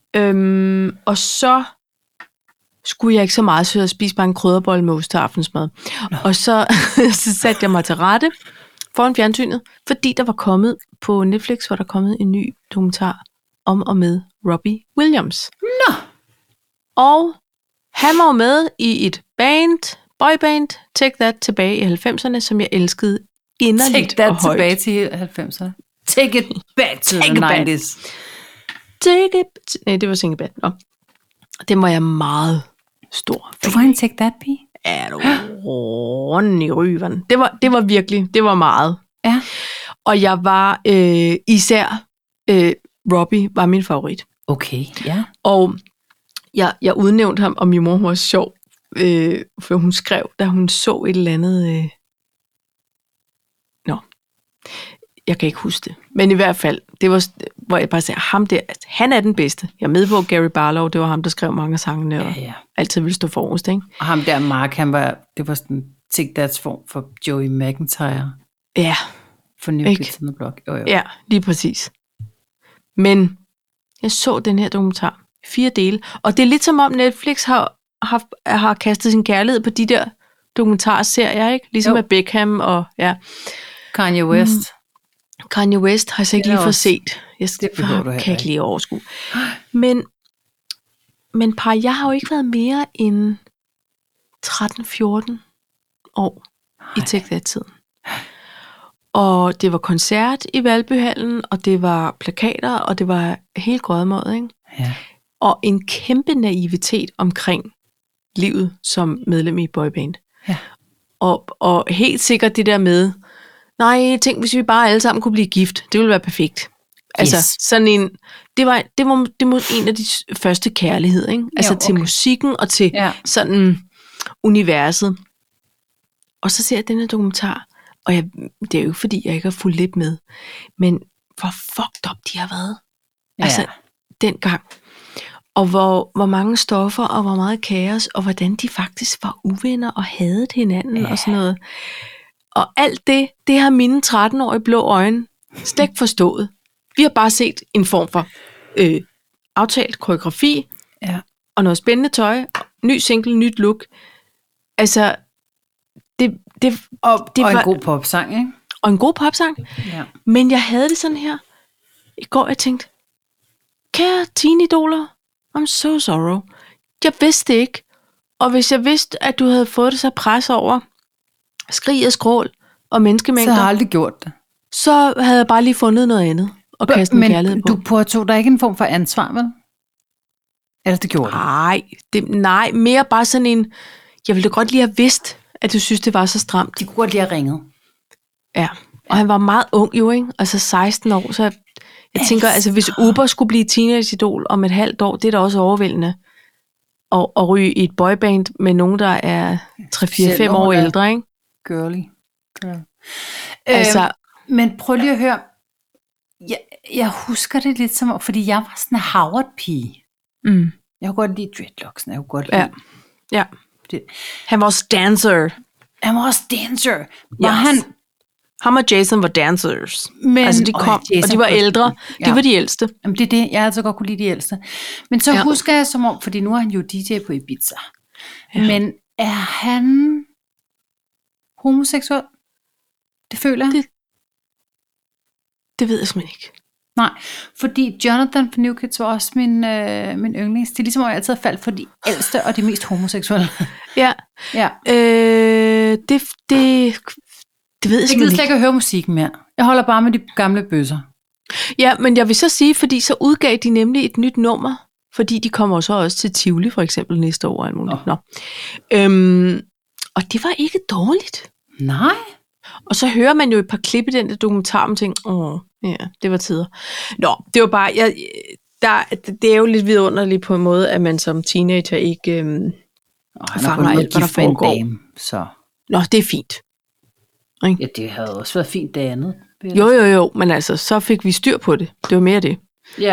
[SPEAKER 2] Og så skulle jeg ikke så meget, så jeg spiste bare en krydderbolle med ost til aftensmad. Og så satte jeg mig til rette foran fjernsynet, fordi der var kommet på Netflix, var der kommet en ny dokumentar om og med Robbie Williams.
[SPEAKER 1] Nå!
[SPEAKER 2] Og han var med i et boyband, Take That, tilbage i 90'erne, som jeg elskede inderligt
[SPEAKER 1] Take
[SPEAKER 2] og højt.
[SPEAKER 1] That tilbage til 90'erne. Take it back to the 90's.
[SPEAKER 2] Take it. Nej, det var Singebad. Nå. Den var jeg meget stor fan.
[SPEAKER 1] Du var en Take That-pige?
[SPEAKER 2] Er du rundt i ryveren. Det var virkelig, det var meget.
[SPEAKER 1] Ja.
[SPEAKER 2] Og jeg var især, Robbie var min favorit.
[SPEAKER 1] Okay, ja.
[SPEAKER 2] Og jeg udnævnte ham, og min mor var sjov, for hun skrev, da hun så et eller andet... Jeg kan ikke huske det. Men i hvert fald, det var, hvor jeg bare sagde, ham der, han er den bedste. Jeg er med på Gary Barlow, det var ham, der skrev mange af sangene, og altid ville stå forrest, ikke?
[SPEAKER 1] Og ham der, Mark, det var sådan Take That's form for Joey McIntyre.
[SPEAKER 2] Ja.
[SPEAKER 1] For New Kids on the Block. Jo.
[SPEAKER 2] Ja, lige præcis. Men jeg så den her dokumentar. 4 dele. Og det er lidt som om Netflix har kastet sin kærlighed på de der dokumentarserier, ikke? Ligesom med Beckham og
[SPEAKER 1] Kanye West.
[SPEAKER 2] Kanye West har jeg så ikke lige fået set. Kan ikke lige overskue. Men par, jeg har jo ikke været mere end 13-14 år i Take That-tiden. Og det var koncert i Valbyhallen, og det var plakater, og det var helt grødmåret, ikke?
[SPEAKER 1] Ja.
[SPEAKER 2] Og en kæmpe naivitet omkring livet som medlem i boyband.
[SPEAKER 1] Ja.
[SPEAKER 2] Og helt sikkert det der med, nej, tænk hvis vi bare alle sammen kunne blive gift, det ville være perfekt. Yes. Altså sådan en, det var en af de første kærlighed, ikke? Altså til musikken og til sådan universet. Og så ser jeg denne dokumentar, og det er jo ikke fordi, jeg ikke har fulgt lidt med, men hvor fucked up de har været. Altså dengang. Og hvor mange stoffer, og hvor meget kaos, og hvordan de faktisk var uvenner og hadede hinanden og sådan noget. Og alt det har mine 13-årige blå øjne slet ikke forstået. Vi har bare set en form for aftalt koreografi, og noget spændende tøj, ny single, nyt look. Altså, det var,
[SPEAKER 1] en god popsang, ikke?
[SPEAKER 2] Og en god popsang.
[SPEAKER 1] Ja.
[SPEAKER 2] Men jeg havde det sådan her. i går, jeg tænkte, kære teenidoler, I'm so sorry. Jeg vidste ikke. Og hvis jeg vidste, at du havde fået det så pres over skrig og skrål og menneskemængder,
[SPEAKER 1] Så har jeg aldrig gjort det.
[SPEAKER 2] så havde jeg bare lige fundet noget andet og kastet en kærlighed
[SPEAKER 1] Men
[SPEAKER 2] på.
[SPEAKER 1] du påtog dig ikke en form for ansvar, vel? Eller det gjorde du?
[SPEAKER 2] Nej, mere bare sådan en, jeg ville da godt lige have vidst, at du synes, det var så stramt.
[SPEAKER 1] De kunne godt lige have ringet.
[SPEAKER 2] Ja, og han var meget ung jo, ikke? Altså 16 år, så jeg tænker, altså hvis Uber skulle blive teenage-idol om et halvt år, det er da også overvældende. Og ryge i et boyband med nogen, der er 3-4-5 år ældre, ikke?
[SPEAKER 1] Girly. Girl.
[SPEAKER 2] Altså,
[SPEAKER 1] men prøv lige at høre. Jeg husker det lidt som, fordi jeg var sådan en Howard-pige. Jeg kunne godt lide dreadlocksene. Jeg kunne godt lide.
[SPEAKER 2] Ja. Han var også dancer.
[SPEAKER 1] Var han?
[SPEAKER 2] Ham og Jason var dancers.
[SPEAKER 1] Men,
[SPEAKER 2] altså de kom, og de var ældre. De var de ældste.
[SPEAKER 1] Jamen det er det. Jeg altså godt kunne lide de ældste. Men så husker jeg som om, fordi nu er han jo DJ på Ibiza. Ja. Men er han homoseksuel? Det føler jeg.
[SPEAKER 2] Det ved jeg simpelthen ikke.
[SPEAKER 1] Nej, fordi Jonathan fra New Kids var også min yndlings. Det er ligesom, at jeg altid har faldt for de ældste og de mest homoseksuelle.
[SPEAKER 2] Ja. Det ved jeg simpelthen ikke.
[SPEAKER 1] Jeg gider slet ikke at høre musikken mere. Jeg holder bare med de gamle bøsser. Ja,
[SPEAKER 2] men jeg vil så sige, fordi så udgav de nemlig et nyt nummer, fordi de kommer så også til Tivoli for eksempel næste år. Og det var ikke dårligt.
[SPEAKER 1] Nej.
[SPEAKER 2] Og så hører man jo et par klip i den der dokumentar, og tænker, det var tider. Nå, det var bare, det er jo lidt vidunderligt på en måde, at man som teenager ikke fanger alt, hvad der foregår.
[SPEAKER 1] Dame, så.
[SPEAKER 2] Nå, det er fint.
[SPEAKER 1] Ja, det havde også været fint det andet.
[SPEAKER 2] Jo, men altså, så fik vi styr på det. Det var mere det.
[SPEAKER 1] Ja.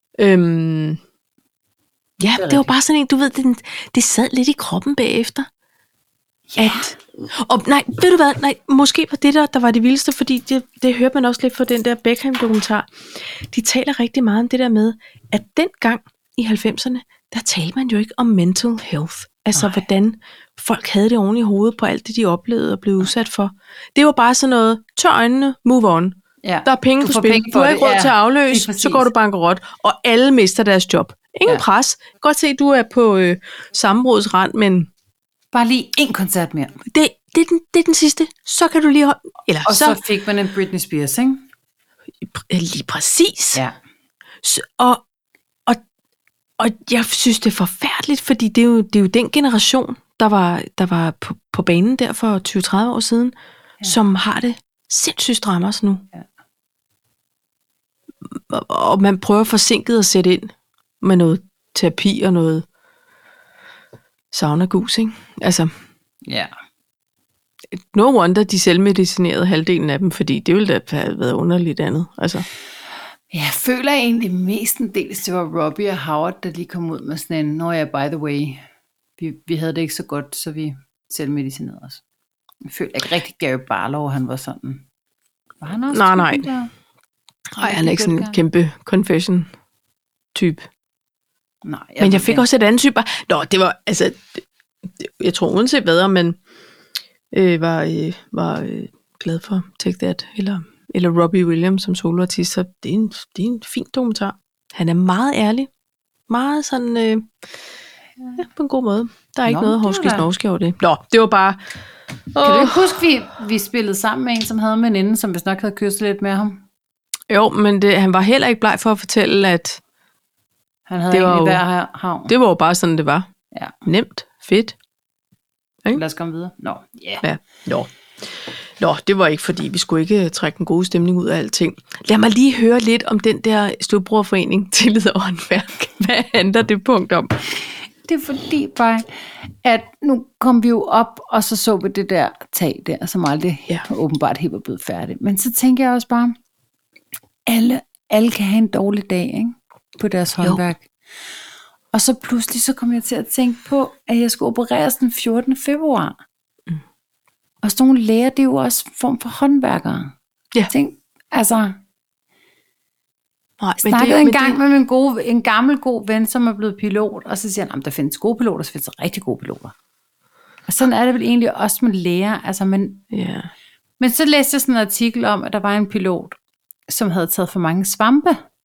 [SPEAKER 2] Det var bare sådan en, du ved, det sad lidt i kroppen bagefter.
[SPEAKER 1] Ja.
[SPEAKER 2] Ved du hvad? Nej, måske var det der var det vildeste, fordi det hørte man også lidt fra den der Beckham-dokumentar. De taler rigtig meget om det der med, at dengang i 90'erne, der talte man jo ikke om mental health. Altså, hvordan folk havde det oven i hovedet på alt det, de oplevede og blev udsat for. Det var bare sådan noget, tør øjnene, move on. Ja. Der er penge på spil. Du har ikke råd til at afløse, så går du bankerot. Og alle mister deres job. Ingen pres. Godt se, du er på sammenbruddets rand, men
[SPEAKER 1] bare lige en koncert mere.
[SPEAKER 2] Det er den sidste. Så kan du lige holde.
[SPEAKER 1] Og så fik man en Britney Spears, ikke?
[SPEAKER 2] Lige præcis.
[SPEAKER 1] Ja.
[SPEAKER 2] Og jeg synes, det er forfærdeligt, fordi det er jo den generation, der var på banen der for 20-30 år siden, som har det sindssygt strammers nu. Ja. Og man prøver forsinket at sætte ind med noget terapi og noget sauna-gus, ikke? Altså, no wonder, de selvmedicinerede halvdelen af dem, fordi det ville da have været underligt andet. Altså.
[SPEAKER 1] Jeg føler egentlig mestendels, det var Robbie og Howard, der lige kom ud med sådan en, by the way, vi havde det ikke så godt, så vi selvmedicinerede os. Jeg føler ikke rigtig Gary Barlow, han var sådan. Var han også?
[SPEAKER 2] Nej. Nej, han er ikke sådan en kæmpe confession-type.
[SPEAKER 1] Nej.
[SPEAKER 2] Men jeg fik også et andet type. Nå, det var, altså, jeg tror uanset hvad, men var glad for Take That, eller Robbie Williams som soloartist, så det er en fin dokumentar. Han er meget ærlig. Meget sådan, på en god måde. Der er ikke noget hovski-snovski over det. Nå, det var bare.
[SPEAKER 1] Kan du ikke huske, vi spillede sammen med en, som havde en veninde, som vist nok havde kysset lidt med ham?
[SPEAKER 2] Jo, men han var heller ikke bleg for at fortælle, at
[SPEAKER 1] han havde egentlig hver havn.
[SPEAKER 2] Det var jo bare sådan, det var.
[SPEAKER 1] Ja.
[SPEAKER 2] Nemt, fedt.
[SPEAKER 1] Okay. Lad os komme videre.
[SPEAKER 2] Ja. Nå, det var ikke, fordi vi skulle ikke trække en god stemning ud af alting. Lad mig lige høre lidt om den der Stålbrugerforening Tillid og Håndværk. Hvad handler det punkt om?
[SPEAKER 1] Det er fordi bare, at nu kom vi jo op, og så vi det der tag der, som aldrig åbenbart helt var blevet færdigt. Men så tænker jeg også bare, alle kan have en dårlig dag, ikke? På deres håndværk. Og så pludselig så kom jeg til at tænke på, at jeg skulle opereres den 14. februar. Og sådan nogle læger, det er jo også en form for håndværkere.
[SPEAKER 2] Ja.
[SPEAKER 1] Tænk, altså.
[SPEAKER 2] Nej,
[SPEAKER 1] snakkede engang med en gammel god ven, som er blevet pilot, og så siger han, der findes gode piloter, så findes der rigtig gode piloter. Og sådan er det vel egentlig også med læger. Altså, men så læste jeg sådan en artikel om, at der var en pilot, som havde taget for mange svampe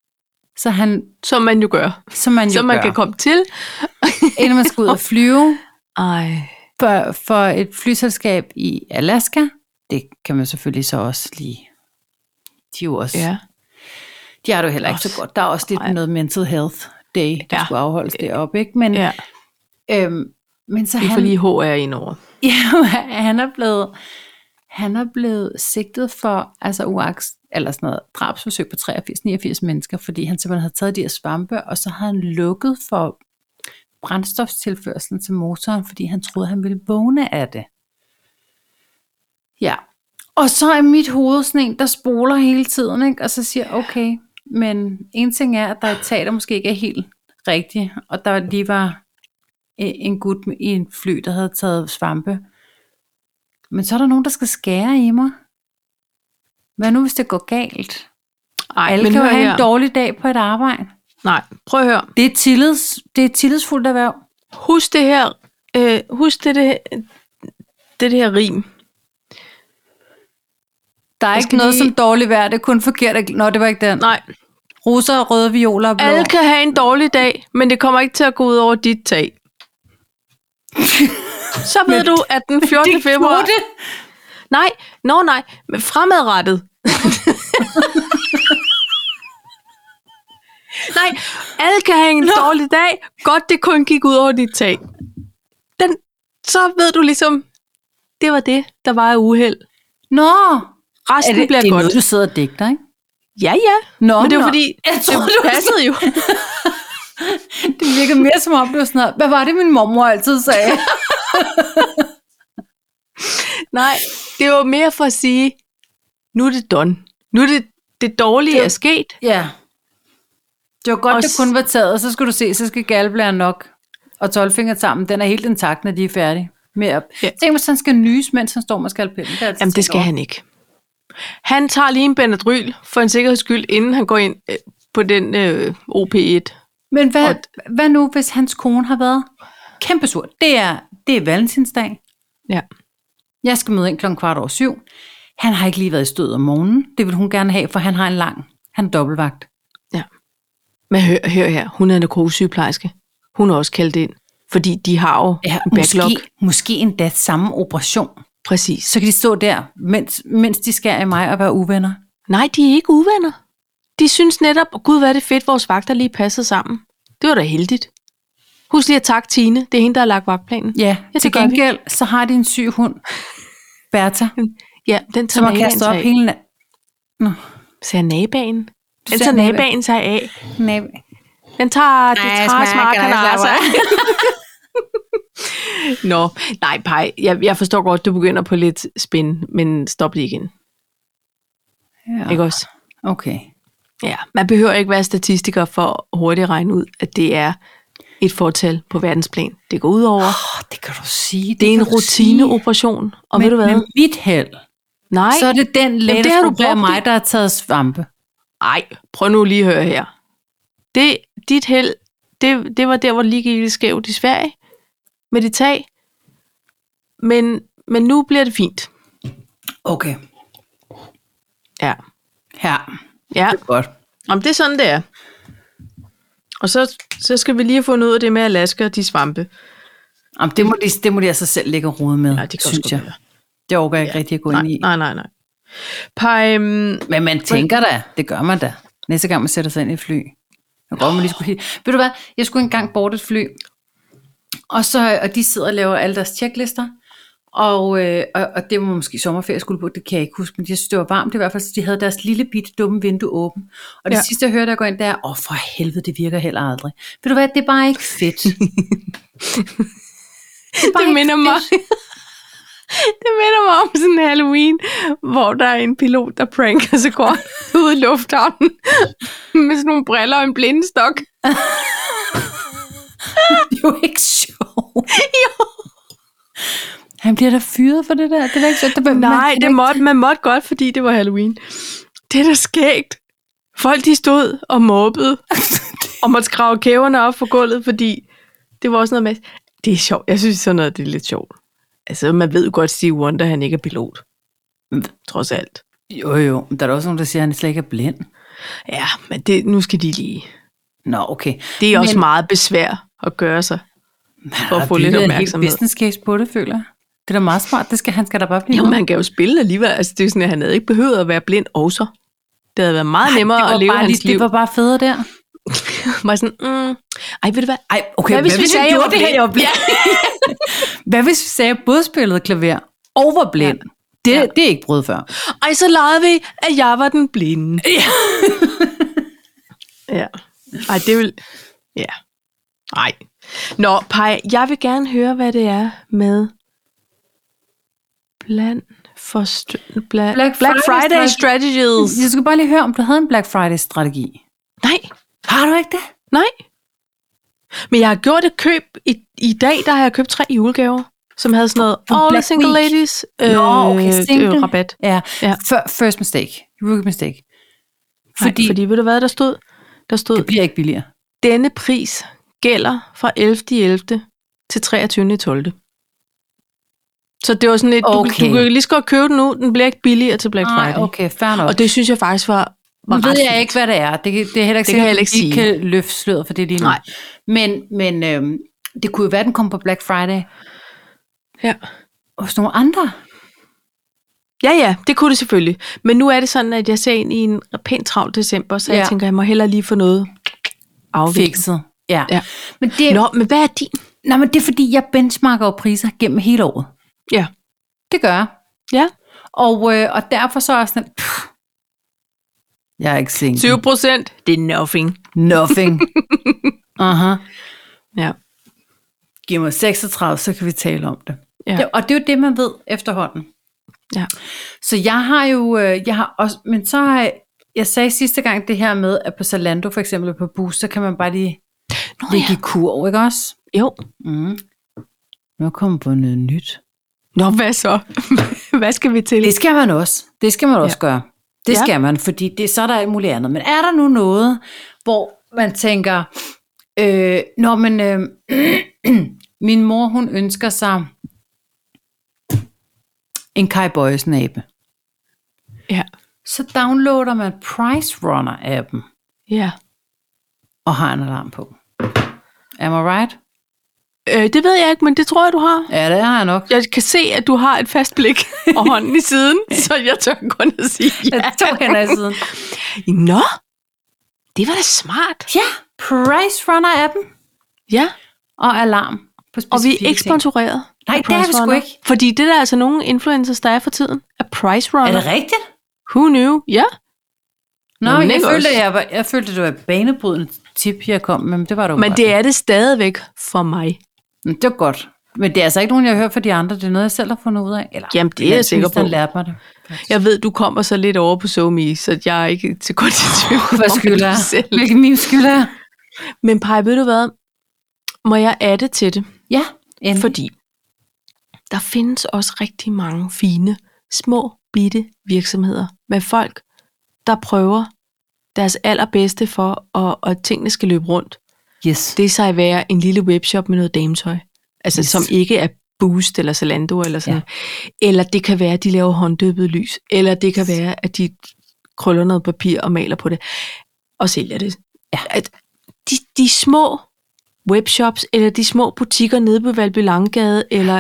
[SPEAKER 2] Som man jo gør.
[SPEAKER 1] Som man
[SPEAKER 2] kan komme til.
[SPEAKER 1] Inden man skal ud og flyve.
[SPEAKER 2] Ej.
[SPEAKER 1] For et flyselskab i Alaska, det kan man selvfølgelig så også lige. De er jo også...
[SPEAKER 2] Ja.
[SPEAKER 1] De har det jo heller ikke så godt. Der er også lidt noget mental health day, der skulle afholdes deroppe, ikke? Men, men så
[SPEAKER 2] vi får lige HR ind over.
[SPEAKER 1] Ja, han er blevet sigtet for eller sådan noget drabsforsøg på 83-89 mennesker, fordi han simpelthen havde taget de her svampe, og så havde han lukket for brændstoftilførselen til motoren, fordi han troede, han ville vågne af det. Ja. Og så er mit hoved sådan en, der spoler hele tiden, ikke? Og så siger okay, men en ting er, at der er et tag, der måske ikke er helt rigtigt, og der lige var en gut i en fly, der havde taget svampe. Men så er der nogen, der skal skære i mig. Hvad nu, hvis det går galt? Alle kan jo have en dårlig dag på et arbejde.
[SPEAKER 2] Nej, prøv at høre.
[SPEAKER 1] Det er et tillidsfuldt erhverv.
[SPEAKER 2] Husk det her, det her rim.
[SPEAKER 1] Der er ikke noget som dårligt vejr, det er kun forkert. Nå, det var ikke den.
[SPEAKER 2] Nej.
[SPEAKER 1] Roser, røde, violer og blå.
[SPEAKER 2] Alle kan have en dårlig dag, men det kommer ikke til at gå ud over dit tag. Så ved du, at den 14. februar... Nej, men fremadrettet. Nej, alle kan have en dårlig dag. Godt, det kun gik ud over dit tag. Så ved du ligesom, det var det, der var af uheld.
[SPEAKER 1] Nå,
[SPEAKER 2] resten bliver godt.
[SPEAKER 1] Det er noget, du sidder og digter, ikke?
[SPEAKER 2] Ja.
[SPEAKER 1] Nå,
[SPEAKER 2] men det var fordi, det passede jo.
[SPEAKER 1] Det virkede mere som om, det var sådan noget. Hvad var det, min mormor altid sagde?
[SPEAKER 2] Nej, det var mere for at sige, nu er det done. Nu er det dårlige er sket.
[SPEAKER 1] Ja. Det var godt, det kun var taget, og så skal du se, så skal gallblæren nok, og 12-fingret sammen, den er helt intakt, når de er færdige med at... Ja. Tænk, hvis han skal nyse, mens han står med skalpellen.
[SPEAKER 2] Jamen, det skal han ikke. Han tager lige en Benadryl for en sikkerheds skyld, inden han går ind på den OP1.
[SPEAKER 1] Men hvad nu, hvis hans kone har været kæmpesur? Det er valentinsdag.
[SPEAKER 2] Ja.
[SPEAKER 1] Jeg skal møde ind 7:15. Han har ikke lige været i stød om morgenen. Det vil hun gerne have, for han har han dobbeltvagt.
[SPEAKER 2] Ja. Men hør her, hun er narkosesygeplejerske. Hun er også kaldt ind, fordi de har jo en backlog.
[SPEAKER 1] Måske endda samme operation.
[SPEAKER 2] Præcis.
[SPEAKER 1] Så kan de stå der, mens de skærer i mig og være uvenner.
[SPEAKER 2] Nej, de er ikke uvenner. De synes netop, gud, hvad er det fedt, vores vagter lige passede sammen. Det var da heldigt. Husk lige at takke Tine. Det er hende, der har lagt vagtplanen.
[SPEAKER 1] Ja, til gengæld, så har de en syg hund. Bertha.
[SPEAKER 2] Ja, den tager nabaen sig af.
[SPEAKER 1] Hele
[SPEAKER 2] Så nabaen. Den tager nabaen sig af. Den tager det træsmarker sig. Nå, nej, Paj. Jeg forstår godt, du begynder på lidt spin, men stop lige igen.
[SPEAKER 1] Ja.
[SPEAKER 2] Ikke også?
[SPEAKER 1] Okay.
[SPEAKER 2] Ja, man behøver ikke være statistiker for at hurtigt regne ud, at det er et fortal på verdensplan. Det går ud over.
[SPEAKER 1] Det kan du sige.
[SPEAKER 2] Det er en rutineoperation. Og ved du hvad?
[SPEAKER 1] Med mit held.
[SPEAKER 2] Nej.
[SPEAKER 1] Så er det den læge, der mig, der har taget svampe.
[SPEAKER 2] Nej, prøv nu lige at høre her. Dit held, det var der, hvor det lige gik skævt i Sverige. Med dit tag. Men nu bliver det fint.
[SPEAKER 1] Okay.
[SPEAKER 2] Ja.
[SPEAKER 1] Ja.
[SPEAKER 2] Det
[SPEAKER 1] er godt.
[SPEAKER 2] Jamen, det er sådan, det er. Og så skal vi lige have fundet ud af det med Alaska og de svampe.
[SPEAKER 1] Jamen, det må de altså selv lægge og rode med,
[SPEAKER 2] ja, det synes jeg.
[SPEAKER 1] Det overgår jeg ikke rigtig at gå ind i.
[SPEAKER 2] Nej.
[SPEAKER 1] Men man tænker da, det gør man da. Næste gang man sætter sig ind i et fly. Jeg går, man lige skulle ved du hvad, jeg skulle engang boarde et fly, og de sidder og laver alle deres checklister, og det var måske sommerferie, jeg skulle på, det kan jeg ikke huske, men de synes, det var varmt i hvert fald, så de havde deres lille bitte dumme vindue åben. Og det sidste, jeg hørte, der går ind, det er, for helvede, det virker heller aldrig. Ved du hvad, det er bare ikke fedt.
[SPEAKER 2] Det minder mig om sådan en Halloween, hvor der er en pilot, der pranker sig går ud i lufthavnen med sådan nogle briller og en blindestok.
[SPEAKER 1] Det er jo ikke sjovt.
[SPEAKER 2] Jo.
[SPEAKER 1] Han bliver da fyret for det der. Det er ikke så,
[SPEAKER 2] man måtte godt, fordi det var Halloween. Det er da skægt. Folk de stod og mobbede og måtte skrave kæverne op for gulvet, fordi det var også noget med... Det er sjovt. Jeg synes sådan noget, det er lidt sjovt. Altså, man ved jo godt, Steve Wonder, han ikke er pilot. Trods alt.
[SPEAKER 1] Jo. Der er også nogen, der siger, at han slet ikke er blind.
[SPEAKER 2] Ja, men det, nu skal de lige.
[SPEAKER 1] Nå, okay.
[SPEAKER 2] Det er også meget besvær at gøre sig, for at få lidt opmærksomhed.
[SPEAKER 1] En business case på det, føler jeg. Det er da meget smart. Han skal da bare blive.
[SPEAKER 2] Jo, man kan jo spille alligevel. Altså, det er sådan, at han havde ikke behøvet at være blind også. Det havde været meget nemmere at leve hans liv.
[SPEAKER 1] Det var bare federe der.
[SPEAKER 2] Var sådan, ej, ved du hvad?
[SPEAKER 1] Ej, okay,
[SPEAKER 2] hvad hvis vi sagde,
[SPEAKER 1] gjorde det her, jeg var blind? Hvad hvis vi sagde, at jeg både spillede klaver og var blind? Det er ikke prøvet før.
[SPEAKER 2] Ej, så legede vi, at jeg var den blinde.
[SPEAKER 1] Ja.
[SPEAKER 2] Ja. Ej, det vil... Ja. Ej. Nå, Paj, jeg vil gerne høre, hvad det er med Black Friday strategies.
[SPEAKER 1] Jeg skulle bare lige høre, om du havde en Black Friday-strategi.
[SPEAKER 2] Nej.
[SPEAKER 1] Har du ikke det?
[SPEAKER 2] Nej. Men jeg har gjort et køb i dag, der har jeg købt 3 julegaver, som havde sådan noget all the single ladies rabat.
[SPEAKER 1] Ja. First mistake. Rookie mistake.
[SPEAKER 2] Fordi ved du hvad, der stod?
[SPEAKER 1] Det bliver ikke billigere.
[SPEAKER 2] Denne pris gælder fra 11.11. til 23.12. Så det var sådan lidt, du kan lige så godt købe den nu, den bliver ikke billigere til Black Friday.
[SPEAKER 1] Okay, fair nok.
[SPEAKER 2] Og det synes jeg faktisk var
[SPEAKER 1] nu ved jeg
[SPEAKER 2] fint.
[SPEAKER 1] ikke, hvad det er. Det er heller ikke sikkert, at de kan løfte sløret for det lige nu.
[SPEAKER 2] Nej.
[SPEAKER 1] Men det kunne jo være, at den kom på Black Friday.
[SPEAKER 2] Ja.
[SPEAKER 1] Hos nogle andre.
[SPEAKER 2] Ja, det kunne det selvfølgelig. Men nu er det sådan, at jeg ser ind i en pænt travl december, så jeg tænker, jeg må hellere lige få noget afviklet.
[SPEAKER 1] Fikset. Ja.
[SPEAKER 2] Men men hvad er din?
[SPEAKER 1] Nej, men det er fordi, jeg benchmarker jo priser gennem hele året.
[SPEAKER 2] Ja.
[SPEAKER 1] Det gør jeg.
[SPEAKER 2] Ja.
[SPEAKER 1] Og derfor så er jeg sådan, jeg er ikke single.
[SPEAKER 2] 20%, det er nothing.
[SPEAKER 1] Nothing. Aha.
[SPEAKER 2] Ja.
[SPEAKER 1] Giv mig 36, så kan vi tale om det.
[SPEAKER 2] Ja.
[SPEAKER 1] Og det er jo det, man ved efterhånden.
[SPEAKER 2] Ja.
[SPEAKER 1] Så jeg har også, men så har jeg sagde sidste gang det her med, at på Zalando for eksempel på Boost, så kan man bare lige ligge i kur, ikke også?
[SPEAKER 2] Jo.
[SPEAKER 1] Nu kommer på noget nyt.
[SPEAKER 2] Nå, hvad så? Hvad skal vi til?
[SPEAKER 1] Det skal man også. Det skal man også gøre. Det skal man, fordi så er der alt muligt andet. Men er der nu noget, hvor man tænker, min mor, hun ønsker sig en Kai Bøjesen-abe.
[SPEAKER 2] Ja.
[SPEAKER 1] Så downloader man Price Runner-appen.
[SPEAKER 2] Ja.
[SPEAKER 1] Og har en alarm på. Am I right?
[SPEAKER 2] Det ved jeg ikke, men det tror jeg, du har.
[SPEAKER 1] Ja, det har jeg nok.
[SPEAKER 2] Jeg kan se, at du har et fast blik og hånden i siden, så jeg tør kun at sige ja.
[SPEAKER 1] Jeg tog hende i siden.
[SPEAKER 2] Nå, det var da smart.
[SPEAKER 1] Ja, Price Runner-appen.
[SPEAKER 2] Ja.
[SPEAKER 1] Og alarm på specifikke
[SPEAKER 2] og vi er ikke sponsoreret.
[SPEAKER 1] Nej, det er vi sgu ikke.
[SPEAKER 2] Fordi det der altså nogle influencers, der er for tiden, er Price Runner.
[SPEAKER 1] Er det rigtigt?
[SPEAKER 2] Who knew? Ja.
[SPEAKER 1] Nå, jeg følte, det var et banebrydende tip, jeg kom med, men det var det jo.
[SPEAKER 2] Men det er det stadigvæk for mig.
[SPEAKER 1] Det var godt. Men det er altså ikke nogen, jeg har hørt fra de andre. Det er noget, jeg selv har fundet ud af. Eller,
[SPEAKER 2] jamen, det er jeg sikker på.
[SPEAKER 1] Lærte mig det.
[SPEAKER 2] Jeg ved, du kommer så lidt over på SoMe, så jeg er ikke til kun til tvivl.
[SPEAKER 1] Hvad skylder jeg? Hvilken min skylder jeg?
[SPEAKER 2] Men Paj, ved du hvad? Må jeg adde til det?
[SPEAKER 1] Ja, endelig.
[SPEAKER 2] Fordi der findes også rigtig mange fine, små, bitte virksomheder med folk, der prøver deres allerbedste for, at tingene skal løbe rundt.
[SPEAKER 1] Yes.
[SPEAKER 2] Det er så at være en lille webshop med noget dametøj. Altså som ikke er Boost eller Zalando eller sådan. Ja. Eller det kan være, at de laver hånddøbet lys. Eller det kan være, at de krøller noget papir og maler på det. Og sælger det. Ja. At de små webshops, eller de små butikker nede på Valby Langgade, eller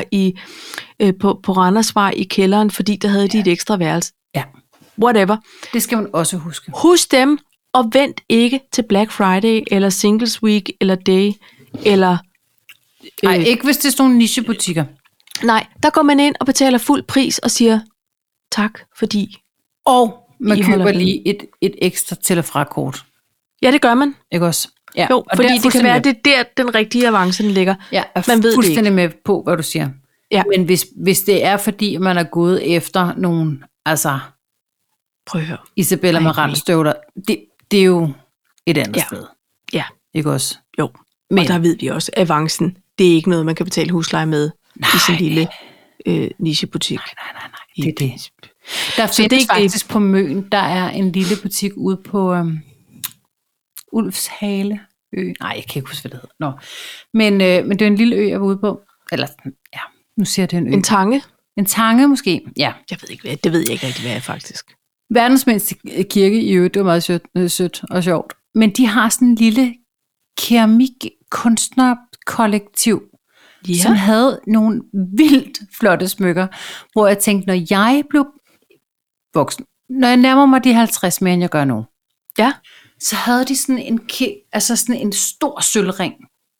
[SPEAKER 2] på Randersvej i kælderen, fordi der havde de et ekstra værelse.
[SPEAKER 1] Ja.
[SPEAKER 2] Whatever.
[SPEAKER 1] Det skal man også huske.
[SPEAKER 2] Husk dem, og vent ikke til Black Friday, eller Singles Week, eller Day, eller...
[SPEAKER 1] Nej, ikke hvis det er sådan nogle nichebutikker.
[SPEAKER 2] Nej, der går man ind og betaler fuld pris og siger tak, fordi...
[SPEAKER 1] Og man køber lige et ekstra til- og frakort.
[SPEAKER 2] Ja, det gør man.
[SPEAKER 1] Ikke også? Ja.
[SPEAKER 2] Jo, fordi det kan være, at det er der, den rigtige avance den ligger.
[SPEAKER 1] Ja,
[SPEAKER 2] man ved
[SPEAKER 1] fuldstændig med på, hvad du siger.
[SPEAKER 2] Ja.
[SPEAKER 1] Men hvis det er, fordi man er gået efter nogle, altså...
[SPEAKER 2] Prøv at høre.
[SPEAKER 1] Isabella med randstøvler, det er jo et andet sted.
[SPEAKER 2] Ja.
[SPEAKER 1] Ikke også?
[SPEAKER 2] Jo, men og der ved vi også, at avancen, det er ikke noget, man kan betale husleje med i sin lille nichebutik.
[SPEAKER 1] Nej. Det er det. Der findes faktisk på Møn, der er en lille butik ude på Ulfshale ø. Nej, jeg kan ikke huske, hvad det hedder. Men det er en lille ø, jeg var ude på. Eller, ja, nu siger jeg, det er en ø.
[SPEAKER 2] En tange?
[SPEAKER 1] En tange måske, ja.
[SPEAKER 2] Jeg ved ikke, hvad det ved jeg ikke rigtig, hvad er faktisk.
[SPEAKER 1] Verdens mindste kirke i øvrigt, det var meget sødt og sjovt. Men de har sådan en lille keramikkunstnerkollektiv, som havde nogle vildt flotte smykker, hvor jeg tænkte, når jeg blev voksen, når jeg nærmer mig de 50 mere, end jeg gør nu, så havde de sådan sådan en stor sølvring,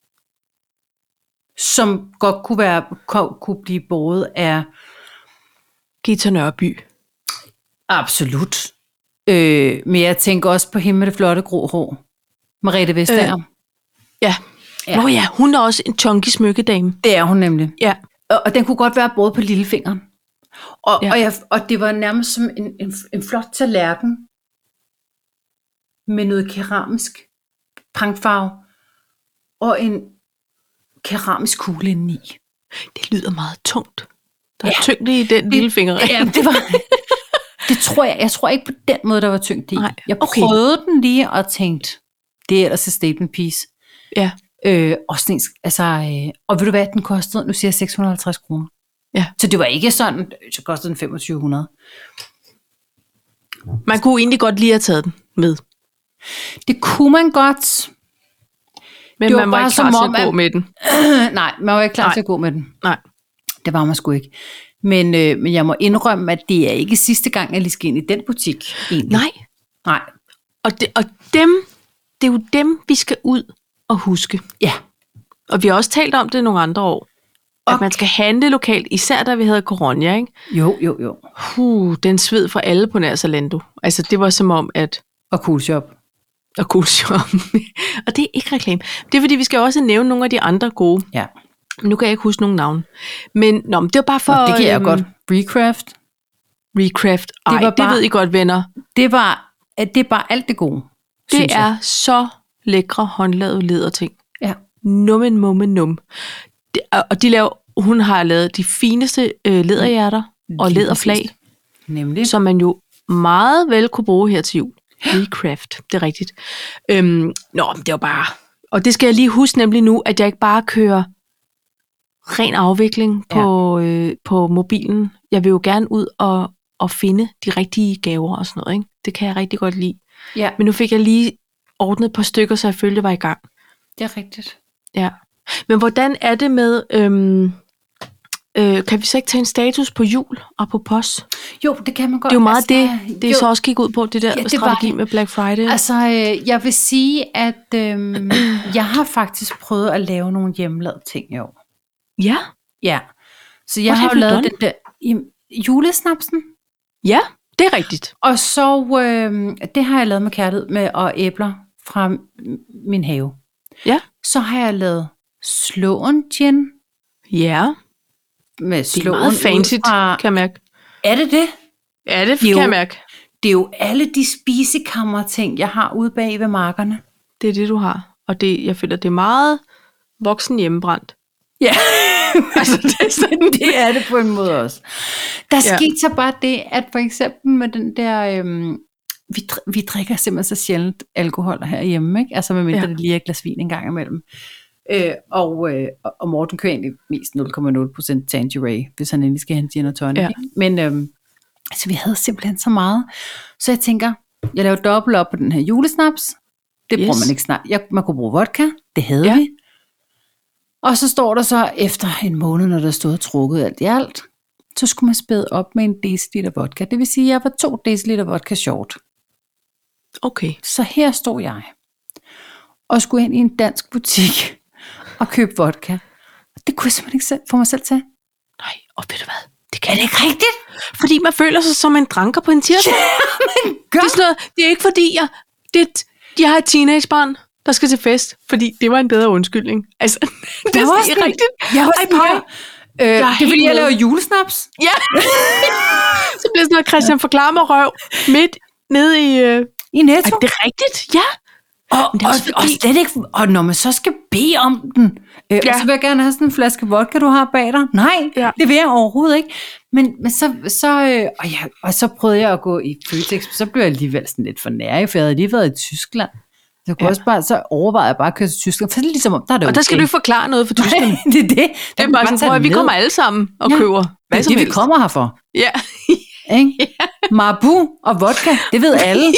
[SPEAKER 1] som godt kunne blive båret af
[SPEAKER 2] Gita Nørby.
[SPEAKER 1] Absolut. Men jeg tænker også på hende med det flotte grå hår. Merete Vestager.
[SPEAKER 2] Ja. Nå ja, hun er også en chunky smykkedame.
[SPEAKER 1] Det er hun nemlig.
[SPEAKER 2] Ja.
[SPEAKER 1] Og den kunne godt være både på lillefingeren. Og det var nærmest som en flot tallerken med noget keramisk prangfarve og en keramisk kugle indeni.
[SPEAKER 2] Det lyder meget tungt. Der er tyngde i den lillefinger.
[SPEAKER 1] Ja, det var... Det tror jeg. Jeg tror ikke på den måde, der var tyngde i.
[SPEAKER 2] Nej,
[SPEAKER 1] jeg prøvede den lige og tænkte, det er ellers et statement piece.
[SPEAKER 2] Ja.
[SPEAKER 1] Og og ved du hvad, den kostede? Nu siger jeg 650 kroner.
[SPEAKER 2] Ja.
[SPEAKER 1] Så det var ikke sådan, så kostede den 2500.
[SPEAKER 2] Man kunne egentlig godt lige have taget den med.
[SPEAKER 1] Det kunne man godt.
[SPEAKER 2] Men man var ikke klar til at gå med den.
[SPEAKER 1] Nej, man var ikke klar til at gå med den.
[SPEAKER 2] Nej.
[SPEAKER 1] Det var man sgu ikke. Men jeg må indrømme, at det er ikke sidste gang, jeg lige skal ind i den butik. Egentlig. Nej.
[SPEAKER 2] Og det er jo dem, vi skal ud og huske.
[SPEAKER 1] Ja.
[SPEAKER 2] Og vi har også talt om det nogle andre år. At man skal handle lokalt, især da vi havde corona, ikke?
[SPEAKER 1] Jo.
[SPEAKER 2] Den sved for alle på nær Zalando. Altså, det var som om, at...
[SPEAKER 1] Og Coolshop.
[SPEAKER 2] Og det er ikke reklame. Det er fordi, vi skal også nævne nogle af de andre gode.
[SPEAKER 1] Ja.
[SPEAKER 2] Nu kan jeg ikke huske nogen navn. Men det var bare for...
[SPEAKER 1] det kan jeg godt. Recraft.
[SPEAKER 2] Det ved I godt, venner.
[SPEAKER 1] Det er bare alt det gode.
[SPEAKER 2] Det er så lækre håndlavede læderting.
[SPEAKER 1] Ja.
[SPEAKER 2] Num. Og hun har lavet de fineste læderhjerter og læderflag.
[SPEAKER 1] Nemlig.
[SPEAKER 2] Som man jo meget vel kunne bruge her til jul. Recraft, det er rigtigt. Det var bare... Og det skal jeg lige huske nemlig nu, at jeg ikke bare kører ren afvikling på mobilen. Jeg vil jo gerne ud og finde de rigtige gaver og sådan noget. Ikke? Det kan jeg rigtig godt lide.
[SPEAKER 1] Ja.
[SPEAKER 2] Men nu fik jeg lige ordnet et par stykker, så jeg følte, det var i gang.
[SPEAKER 1] Det er rigtigt.
[SPEAKER 2] Ja. Men hvordan er det med... kan vi så ikke tage en status på jul og på pos?
[SPEAKER 1] Jo, det kan man godt.
[SPEAKER 2] Det er jo meget det så også gik ud på, det der strategi med Black Friday.
[SPEAKER 1] Altså, jeg vil sige, at jeg har faktisk prøvet at lave nogle hjemmelavede ting i år.
[SPEAKER 2] Ja?
[SPEAKER 1] Ja. Så jeg har jo lavet den der julesnapsen.
[SPEAKER 2] Ja, det er rigtigt.
[SPEAKER 1] Og så, det har jeg lavet med kærlighed og æbler fra min have.
[SPEAKER 2] Ja.
[SPEAKER 1] Så har jeg lavet slåen gin.
[SPEAKER 2] Ja.
[SPEAKER 1] Med
[SPEAKER 2] det er meget fancy, kan jeg mærke.
[SPEAKER 1] Er det det?
[SPEAKER 2] Ja, det kan jeg mærke.
[SPEAKER 1] Det er jo alle de spisekammer-ting, jeg har ude bag ved markerne.
[SPEAKER 2] Det er det, du har. Og jeg føler, det er meget voksen hjemmebrændt.
[SPEAKER 1] Ja, altså, det er det på en måde også. Der skete så bare det, at for eksempel med den der... vi drikker simpelthen så sjældent alkohol herhjemme, ikke? Altså medmindre det lige er et glas vin en gang imellem. Og Morten kører egentlig mest 0,0% Tanqueray, hvis han endelig skal have en gin og tonic. Ja. Men altså, vi havde simpelthen så meget. Så jeg tænker, jeg laver dobbelt op på den her julesnaps. Det bruger man ikke snart. Man kunne bruge vodka. Det havde vi. Og så står der så efter en måned, når der stod trukket alt i alt, så skulle man spæde op med 1 deciliter vodka. Det vil sige, at jeg var 2 deciliter vodka short.
[SPEAKER 2] Okay.
[SPEAKER 1] Så her stod jeg og skulle ind i en dansk butik og købe vodka. Det kunne jeg simpelthen ikke få mig selv til.
[SPEAKER 2] Nej, og ved du hvad?
[SPEAKER 1] Det kan det ikke rigtigt.
[SPEAKER 2] Fordi man føler sig som en dranker på en tirsdag.
[SPEAKER 1] Ja, man gør.
[SPEAKER 2] Det er ikke fordi, jeg har et teenagebarn, der skal til fest, fordi det var en bedre undskyldning. Altså, det er ikke rigtigt.
[SPEAKER 1] Jeg var det er fordi, jeg laver julesnaps.
[SPEAKER 2] Ja. Så bliver sådan noget Christian forklarer mig røv midt nede
[SPEAKER 1] i Netto.
[SPEAKER 2] Er det rigtigt? Ja.
[SPEAKER 1] Og slet ikke, og når man så skal bede om den, og så vil jeg gerne have sådan en flaske vodka, du har bag dig. Nej, det vil jeg overhovedet ikke. Men så prøvede jeg at gå i Føtex, så blev jeg alligevel sådan lidt for nær, for jeg havde lige været i Tyskland. Så overvejede jeg bare at køre til Tyskland, for det er ligesom om, der er det okay.
[SPEAKER 2] Og der skal du ikke forklare noget for Tyskland.
[SPEAKER 1] Nej, det er det.
[SPEAKER 2] Det er bare sådan, vi kommer alle sammen og køber hvad som helst.
[SPEAKER 1] Det vi kommer her for.
[SPEAKER 2] Ja.
[SPEAKER 1] Ikke? Marabu og vodka, det ved alle.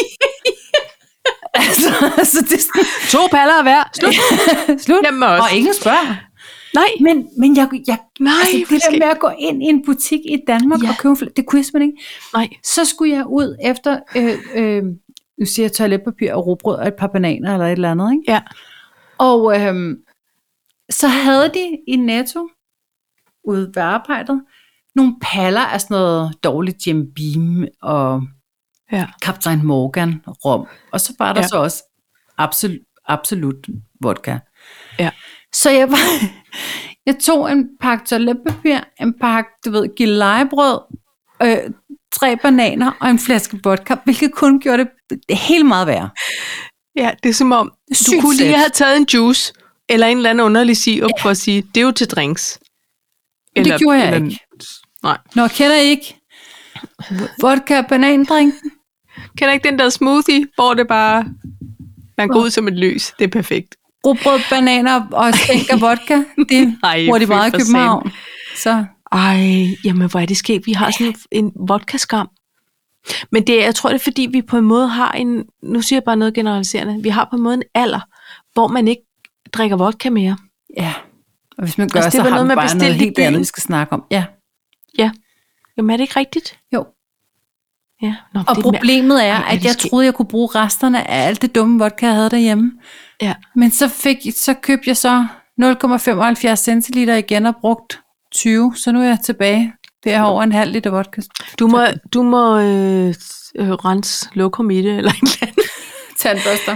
[SPEAKER 1] altså det er sådan,
[SPEAKER 2] 2 paller hver. Slut.
[SPEAKER 1] slut.
[SPEAKER 2] Jamen også.
[SPEAKER 1] Og ingen spørger.
[SPEAKER 2] Nej.
[SPEAKER 1] Men jeg
[SPEAKER 2] Nej,
[SPEAKER 1] altså, det der med at gå ind i en butik i Danmark og købe det kunne jeg simpelthen ikke.
[SPEAKER 2] Nej.
[SPEAKER 1] Så skulle jeg ud efter, nu siger jeg toiletpapir og rugbrød og et par bananer eller et eller andet, ikke?
[SPEAKER 2] Ja.
[SPEAKER 1] Og så havde de i Netto, ude ved arbejdet, nogle paller af sådan noget dårligt Jim Beam og Kaptajn Morgan rom. Og så var der så også absolut vodka.
[SPEAKER 2] Ja.
[SPEAKER 1] Så jeg tog en pakke toiletpapir, en pakke, gildejebrød, 3 bananer og en flaske vodka, hvilket kun gjorde det helt meget værre.
[SPEAKER 2] Ja, det er som om, du kunne lige have taget en juice, eller en eller anden underlig sirup for at sige, det er jo til drinks.
[SPEAKER 1] Eller, det gjorde jeg ikke.
[SPEAKER 2] Nej.
[SPEAKER 1] Nå, kender I ikke vodka banandrinken?
[SPEAKER 2] Kender ikke den der smoothie, hvor det bare, man går ud som et lys. Det er perfekt.
[SPEAKER 1] Rugbrød, bananer og stænk af vodka, det bruger de meget i København. Så.
[SPEAKER 2] Ej, jamen hvor er det sket. Vi har sådan en vodka-skam. Men jeg tror, det er fordi, vi på en måde har nu siger jeg bare noget generaliserende, vi har på en måde en alder, hvor man ikke drikker vodka mere.
[SPEAKER 1] Ja, og hvis man gør, så har man bare noget helt andet, vi skal snakke om. Ja.
[SPEAKER 2] Jamen er det ikke rigtigt?
[SPEAKER 1] Jo.
[SPEAKER 2] Ja. Nå,
[SPEAKER 1] og problemet er, at jeg troede, jeg kunne bruge resterne af alt det dumme vodka, jeg havde derhjemme.
[SPEAKER 2] Ja.
[SPEAKER 1] Men så købte jeg så 0,75 centiliter igen og brugt 20, så nu er jeg tilbage. Det er over en halv liter vodka.
[SPEAKER 2] Du må rense lokum i det, eller en eller anden.
[SPEAKER 1] Tandbørster.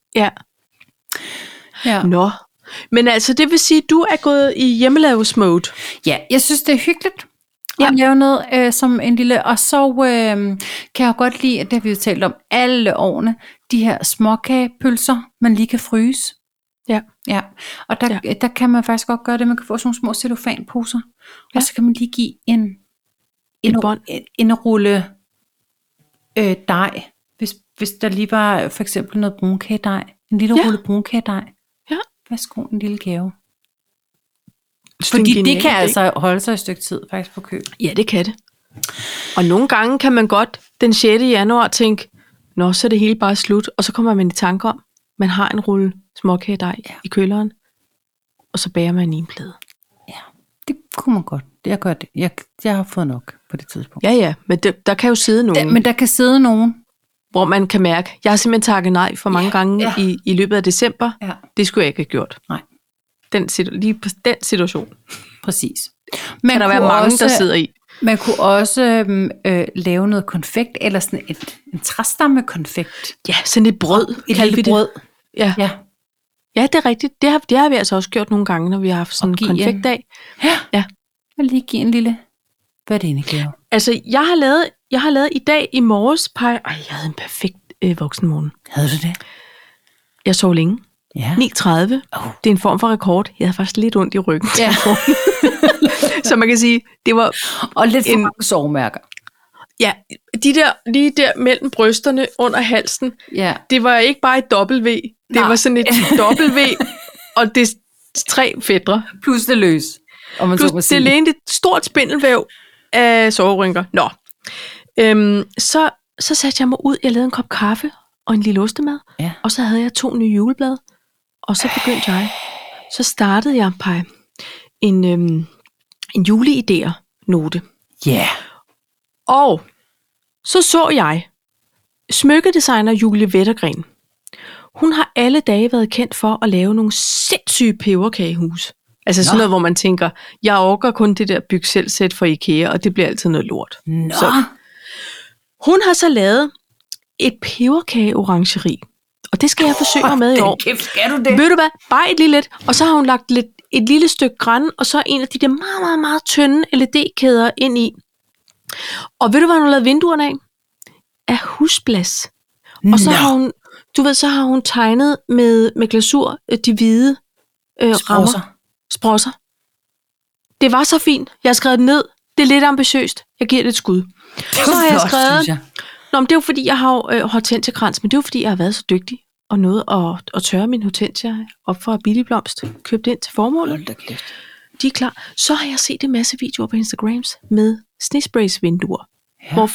[SPEAKER 2] Ja. Nå. Men altså, det vil sige, at du er gået i hjemmelavsmode.
[SPEAKER 1] Ja, jeg synes, det er hyggeligt. at lave noget som en lille, og så kan jeg godt lide, at det har vi jo talt om alle årene, de her småkagepølser, man lige kan fryse. Ja. Og der kan man faktisk godt gøre det, man kan få sådan nogle små cellofanposer, og så kan man lige give en rulle dej, hvis der lige var for eksempel noget brunkagedej, en lille rulle brunkagedej. Ja. Værsgo, en lille gave. Fordi det kan altså holde sig et stykke tid faktisk på køb.
[SPEAKER 2] Ja, det kan det. Og nogle gange kan man godt den 6. januar tænke, nå, så er det hele bare slut. Og så kommer man i tanke om, man har en rulle småkagedej i køleren, og så bager man i en plade.
[SPEAKER 1] Ja, det kunne man godt. Jeg gør det. Jeg har fået nok på det tidspunkt.
[SPEAKER 2] Ja, men der kan jo sidde nogen.
[SPEAKER 1] Men der kan sidde nogen,
[SPEAKER 2] hvor man kan mærke, jeg har simpelthen takket nej for mange gange i løbet af december. Ja. Det skulle jeg ikke have gjort.
[SPEAKER 1] Nej.
[SPEAKER 2] Lige på den situation.
[SPEAKER 1] Præcis.
[SPEAKER 2] Kan der være mange, der sidder i.
[SPEAKER 1] Man kunne også lave noget konfekt, eller sådan en træstamme konfekt.
[SPEAKER 2] Ja, sådan et brød.
[SPEAKER 1] Et lille brød.
[SPEAKER 2] Ja, det er rigtigt. Det har vi altså også gjort nogle gange, når vi har haft sådan en konfektdag. Ja.
[SPEAKER 1] Og lige give en lille værdindegave.
[SPEAKER 2] Altså, jeg har lavet i dag i morges jeg havde en perfekt voksenmorgen.
[SPEAKER 1] Havde du det?
[SPEAKER 2] Jeg sov længe.
[SPEAKER 1] Ja.
[SPEAKER 2] 9:30. Det er en form for rekord. Jeg havde faktisk lidt ondt i ryggen. Ja. Så man kan sige, det var...
[SPEAKER 1] Og lidt for mange sovemærker.
[SPEAKER 2] Ja, lige der mellem brysterne under halsen, det var ikke bare et W. Det var sådan et W, og det er 3 fætre.
[SPEAKER 1] Plus det løs.
[SPEAKER 2] Plus det er et stort spindelvæv af soverynker. Nå. Så satte jeg mig ud. Jeg lavede en kop kaffe og en lille ostemad. Ja. Og så havde jeg 2 nye juleblade. Og så begyndte jeg. Så startede jeg på en juleidéer-note.
[SPEAKER 1] Ja. Yeah.
[SPEAKER 2] Og så jeg smykkedesigner Julie Wettergren. Hun har alle dage været kendt for at lave nogle sindssyge peberkagehus. Altså sådan noget, hvor man tænker, jeg orker kun det der byg selv sæt for IKEA, og det bliver altid noget lort. Så hun har så lavet et peberkageorangeri, og det skal jeg forsøge mig med i år.
[SPEAKER 1] Kæft, skal du det?
[SPEAKER 2] Ved du hvad? Bare et lidt. Og så har hun lagt et lille stykke græn, og så en af de der meget, meget, meget tynde LED-kæder ind i. Og ved du, hvad hun har lavet vinduerne af? Af husblas. Og så har hun, så har hun tegnet med glasur de hvide rammer. Sprosser. Det var så fint. Jeg har skrevet det ned. Det er lidt ambitiøst. Jeg giver det et skud. Så har jeg skrevet... Nå, men det er jo fordi, jeg har hortensiakrans, men det er jo fordi, jeg har været så dygtig og nåede at tørre mine hortensier op fra Billig Blomst, købt ind til formålet. De er klar. Så har jeg set en masse videoer på Instagrams med snesprays-vinduer, hvor folk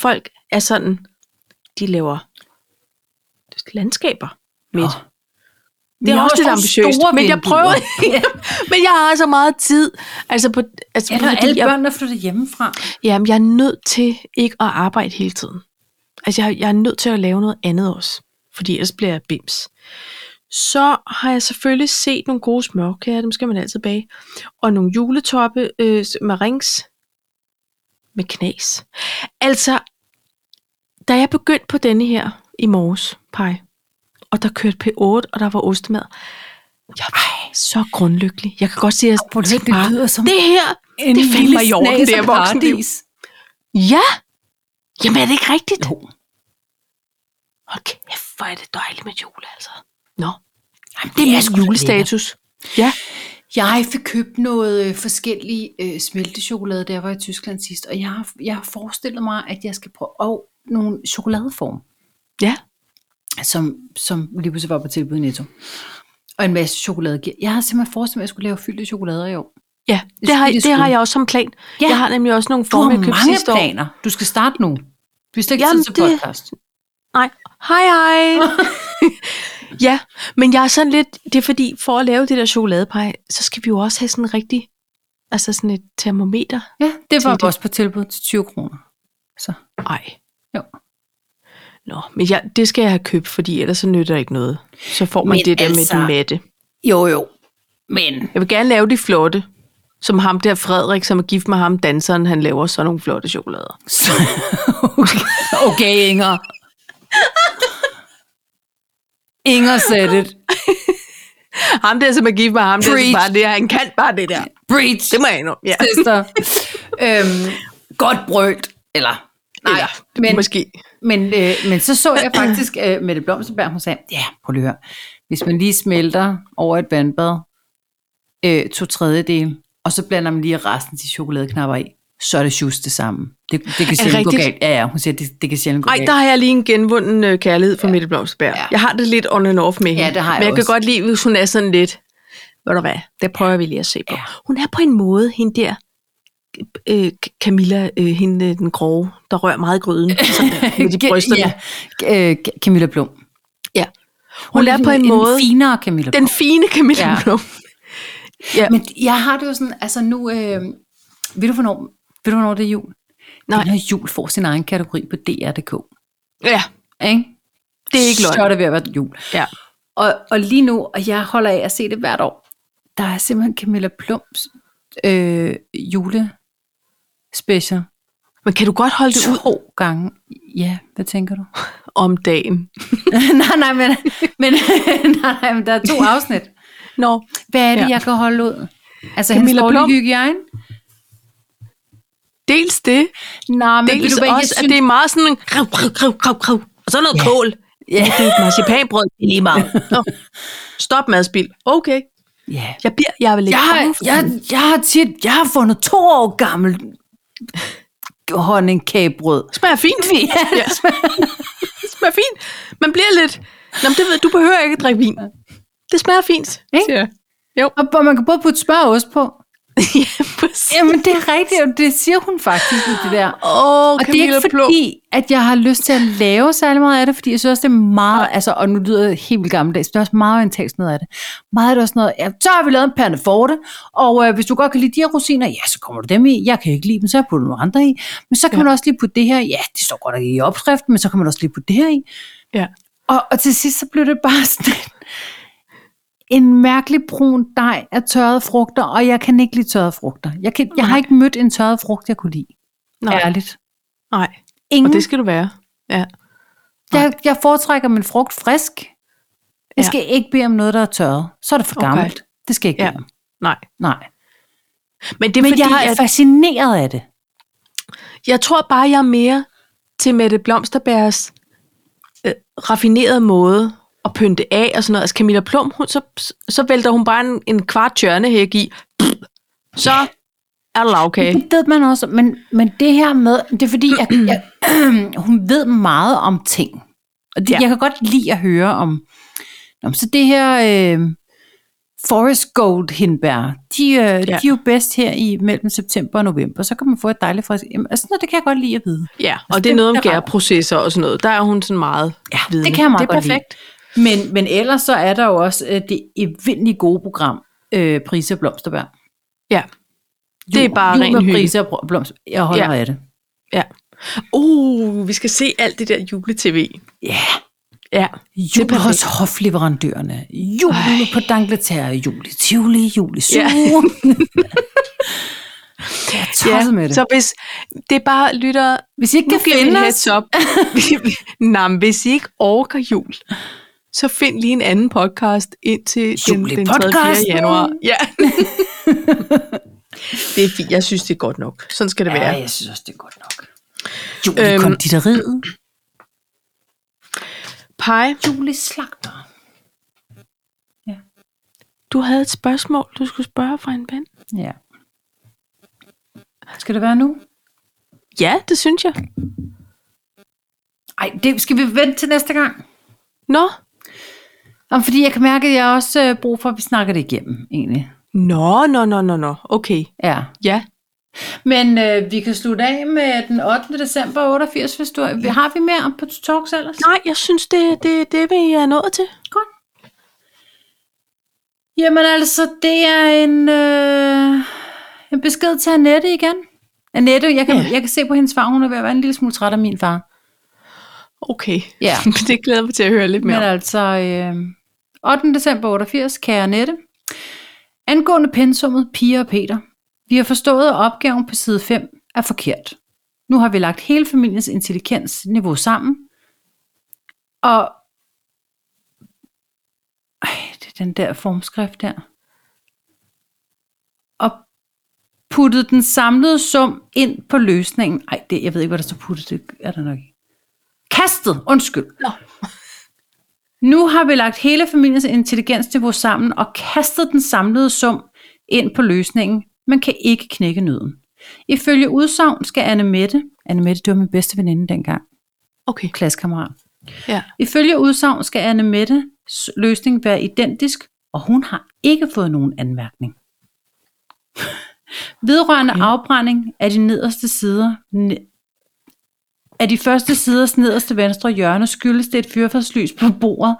[SPEAKER 2] er sådan, de laver landskaber med.
[SPEAKER 1] Oh.
[SPEAKER 2] Det er også lidt ambitiøst, men jeg prøver. Men jeg har så meget tid. Altså
[SPEAKER 1] der er alle børn, der flytter hjemmefra.
[SPEAKER 2] Jamen, jeg er nødt til ikke at arbejde hele tiden. Altså, jeg er nødt til at lave noget andet også. Fordi ellers bliver jeg bims. Så har jeg selvfølgelig set nogle gode smørkager, dem skal man altid bage. Og nogle juletoppe med rings. Med knas. Altså, da jeg begyndte på denne her i morges, Paj, og der kørte P8, og der var ostemad. Jeg var så grundlykkelig. Jeg kan godt sige, at
[SPEAKER 1] det lyder som
[SPEAKER 2] det her, det fandt mig i orden, det er voksenliv. Ja, jamen er det ikke rigtigt?
[SPEAKER 1] Jo.
[SPEAKER 2] Hold kæft, hvor er det dejligt med jul, altså. Nå,
[SPEAKER 1] Jamen,
[SPEAKER 2] det er
[SPEAKER 1] sgu
[SPEAKER 2] min julestatus. Ja.
[SPEAKER 1] Jeg fik købt noget forskellige smeltechokolade, da jeg var i Tyskland sidst, og jeg har forestillet mig, at jeg skal prøve nogle chokoladeform.
[SPEAKER 2] Ja.
[SPEAKER 1] Som lige pludselig var på tilbud i Netto. Og en masse chokolade. Jeg har simpelthen forestillet mig, at jeg skulle lave fyldte chokolader i år.
[SPEAKER 2] Ja, det har jeg også som plan. Ja. Jeg har nemlig også nogle former, jeg købte sidste år.
[SPEAKER 1] Du har mange planer. Du skal starte nu. Vi skal ikke tid til podcast.
[SPEAKER 2] Nej. Hej. Ja, men jeg er sådan lidt, det er fordi, for at lave det der chokoladepej, så skal vi jo også have sådan en rigtig, altså sådan et termometer.
[SPEAKER 1] Ja, det var også på tilbud til 20 kroner. Så.
[SPEAKER 2] Ej.
[SPEAKER 1] Jo.
[SPEAKER 2] Nå, men det skal jeg have købt, fordi ellers så nytter det ikke noget. Så får man det der med den matte.
[SPEAKER 1] Jo. Men
[SPEAKER 2] jeg vil gerne lave de flotte, som ham der Frederik, som er gift med ham, danseren, han laver sådan nogle flotte chokolader.
[SPEAKER 1] Okay, Inger. Inger said it.
[SPEAKER 2] Ham der, som er gift med ham, det er bare det, han kan bare det der.
[SPEAKER 1] Preach.
[SPEAKER 2] Det må jeg endnu. Ja.
[SPEAKER 1] Sister. Godt brølt. Eller, nej.
[SPEAKER 2] Men, måske.
[SPEAKER 1] Men så jeg faktisk Mette Blomsterberg, hun sagde, ja, prøv lige at høre. Hvis man lige smelter over et vandbad 2/3, og så blander man lige resten til chokoladeknapper i, så er det just det samme. Det kan sjældent gå galt. Ja, hun siger, det kan sjældent gå galt.
[SPEAKER 2] Der har jeg lige en genvunden kærlighed for Mette Blomsterberg. Ja. Jeg har det lidt on and off med hende.
[SPEAKER 1] Ja, det har jeg
[SPEAKER 2] men jeg
[SPEAKER 1] også.
[SPEAKER 2] kan godt lide, hvis hun er sådan lidt, ved du hvad, det prøver vi lige at se på. Ja. Hun er på en måde, hende der, Camilla, hende den grove, der rører meget i gryden, med de brysterne.
[SPEAKER 1] Ja, Camilla Blum.
[SPEAKER 2] Ja. Hun er på en måde
[SPEAKER 1] den finere Camilla Blum.
[SPEAKER 2] Den fine Camilla Blum.
[SPEAKER 1] Ja. Men jeg har det jo sådan, altså nu, ved du hvornår det er jul?
[SPEAKER 2] Nej.
[SPEAKER 1] Når jul får sin egen kategori på DR.dk.
[SPEAKER 2] Ja.
[SPEAKER 1] Ikke?
[SPEAKER 2] Det er ikke løgn.
[SPEAKER 1] Så er det ved at være jul.
[SPEAKER 2] Ja.
[SPEAKER 1] Og lige nu, og jeg holder af at se det hvert år, der er simpelthen Camilla Plums julespecial.
[SPEAKER 2] Men kan du godt holde det ud?
[SPEAKER 1] 2 gange. Ja, hvad tænker du?
[SPEAKER 2] Om dagen.
[SPEAKER 1] nej, men der er 2 afsnit.
[SPEAKER 2] Nå.
[SPEAKER 1] Hvad er det, jeg kan holde ud? Altså
[SPEAKER 2] Camilla
[SPEAKER 1] hendes dårlige hygiejne?
[SPEAKER 2] Dels det.
[SPEAKER 1] Nej, men
[SPEAKER 2] dels også, at det er meget sådan en krav, og så noget kål. Ja, det er et marcipanbrød. Det er lige meget. Stop madspil. Okay.
[SPEAKER 1] Ja.
[SPEAKER 2] Jeg vil ikke
[SPEAKER 1] jeg har fundet 2 år gammel honningkagebrød.
[SPEAKER 2] Smager fint. Ja. Smager fint. Man bliver lidt... Nå, det ved du behøver ikke at drikke vin. Det smager fint.
[SPEAKER 1] Ikke? Jo. Og man kan både putte smør og ost på.
[SPEAKER 2] Ja, præcis.
[SPEAKER 1] Jamen, det er rigtigt, og det siger hun faktisk i det der.
[SPEAKER 2] Og
[SPEAKER 1] det er ikke fordi, at jeg har lyst til at lave særlig meget af det, fordi jeg synes også, det er meget, altså, og nu lyder det helt vildt gammeldags, men det er også meget orientalt noget af det. Meget er det også noget, ja, så har vi lavet en perne forte, og hvis du godt kan lide de her rosiner, ja, så kommer du dem i. Jeg kan ikke lide dem, så putter du nogle andre i. Men så kan man også lige putte det her, ja, det står godt nok i opskriften, men så kan man også lige putte det her i.
[SPEAKER 2] Ja.
[SPEAKER 1] Og til sidst, så blev det bare sådan en mærkelig brun dej af tørrede frugter, og jeg kan ikke lide tørrede frugter. Jeg har ikke mødt en tørret frugt, jeg kunne lide.
[SPEAKER 2] Nej.
[SPEAKER 1] Ærligt.
[SPEAKER 2] Nej,
[SPEAKER 1] Ingen.
[SPEAKER 2] Og det skal du være. Ja.
[SPEAKER 1] Jeg foretrækker min frugt frisk. Jeg skal ikke bede om noget, der er tørret. Så er det for gammelt. Okay. Det skal jeg ikke bede om. Nej. Men jeg er fascineret af det.
[SPEAKER 2] Jeg tror bare, jeg er mere til Mette Blomsterbergs raffinerede måde at pynte af og sådan noget. Altså Camilla Plum, så vælter hun bare en kvart tjørnehæk i. Så er der lavkage.
[SPEAKER 1] Det ved man også. Men det her med, det er fordi, hun ved meget om ting. Og det, jeg kan godt lide at høre om så det her Forest Gold hindbær, de er jo bedst her i mellem september og november, så kan man få et dejligt frisk. Jamen, altså, det kan jeg godt lide at vide.
[SPEAKER 2] Ja, og det er noget om gærprocesser og sådan noget. Der er hun sådan meget vidende.
[SPEAKER 1] Det kan jeg meget
[SPEAKER 2] det er
[SPEAKER 1] godt
[SPEAKER 2] perfekt.
[SPEAKER 1] Lide. Men ellers så er der jo også det evindeligt gode program, Priser og Blomsterbær.
[SPEAKER 2] Ja, det er bare ren hygge.
[SPEAKER 1] Priser og Blomsterbær. Jeg holder af det.
[SPEAKER 2] Ja. Vi skal se alt det der jule-tv.
[SPEAKER 1] Ja.
[SPEAKER 2] Ja.
[SPEAKER 1] Jul hos hofleverandørerne. Jul på D'Angleterre. Jul i Tivoli. Jul i Zoo. Ja, med det.
[SPEAKER 2] Så hvis det bare lytter...
[SPEAKER 1] Hvis I ikke kan finde os...
[SPEAKER 2] hvis I ikke orker jul, så find lige en anden podcast indtil den 3. 4. januar. Ja. Det er fint. Jeg synes, det er godt nok. Sådan skal det være.
[SPEAKER 1] Ja, jeg synes også, det er godt nok. Jul i konditoriet.
[SPEAKER 2] Pej.
[SPEAKER 1] Jul i slagter. Ja.
[SPEAKER 2] Du havde et spørgsmål, du skulle spørge fra en ven.
[SPEAKER 1] Ja. Skal det være nu?
[SPEAKER 2] Ja, det synes jeg.
[SPEAKER 1] Ej, det skal vi vente til næste gang.
[SPEAKER 2] Nå.
[SPEAKER 1] Fordi jeg kan mærke, at jeg også brug for, at vi snakker det igennem, egentlig.
[SPEAKER 2] Nå. Okay.
[SPEAKER 1] Ja.
[SPEAKER 2] Ja.
[SPEAKER 1] Men vi kan slutte af med den 8. december 88, hvis du... Har vi mere på Talks ellers?
[SPEAKER 2] Nej, jeg synes, det vi er nået til.
[SPEAKER 1] Godt. Jamen altså, det er en besked til Annette igen. Annette, jeg kan se på hendes far, hun er ved at være en lille smule træt af min far.
[SPEAKER 2] Okay,
[SPEAKER 1] ja.
[SPEAKER 2] Det glæder mig til at høre lidt mere.
[SPEAKER 1] Men altså, 8. december 88, kære Annette. Angående pensummet Pia og Peter. Vi har forstået, at opgaven på side 5 er forkert. Nu har vi lagt hele familiens intelligensniveau sammen. Og... det er den der formskrift der. Og puttet den samlede sum ind på løsningen. Jeg ved ikke, hvad der står puttet. Det er der nok ikke. Kastet, undskyld.
[SPEAKER 2] Nå.
[SPEAKER 1] Nu har vi lagt hele familiens intelligensniveau sammen og kastet den samlede sum ind på løsningen. Man kan ikke knække nøden. Ifølge udsagn skal Anne Mette, det var min bedste veninde dengang.
[SPEAKER 2] Okay.
[SPEAKER 1] Klassekammerat.
[SPEAKER 2] Ja.
[SPEAKER 1] Ifølge udsagn skal Anne Mettes løsning være identisk, og hun har ikke fået nogen anmærkning. Vedrørende afbrænding af de nederste sider, af de første siders nederste venstre hjørne, skyldes det et fyrfadslys på bordet,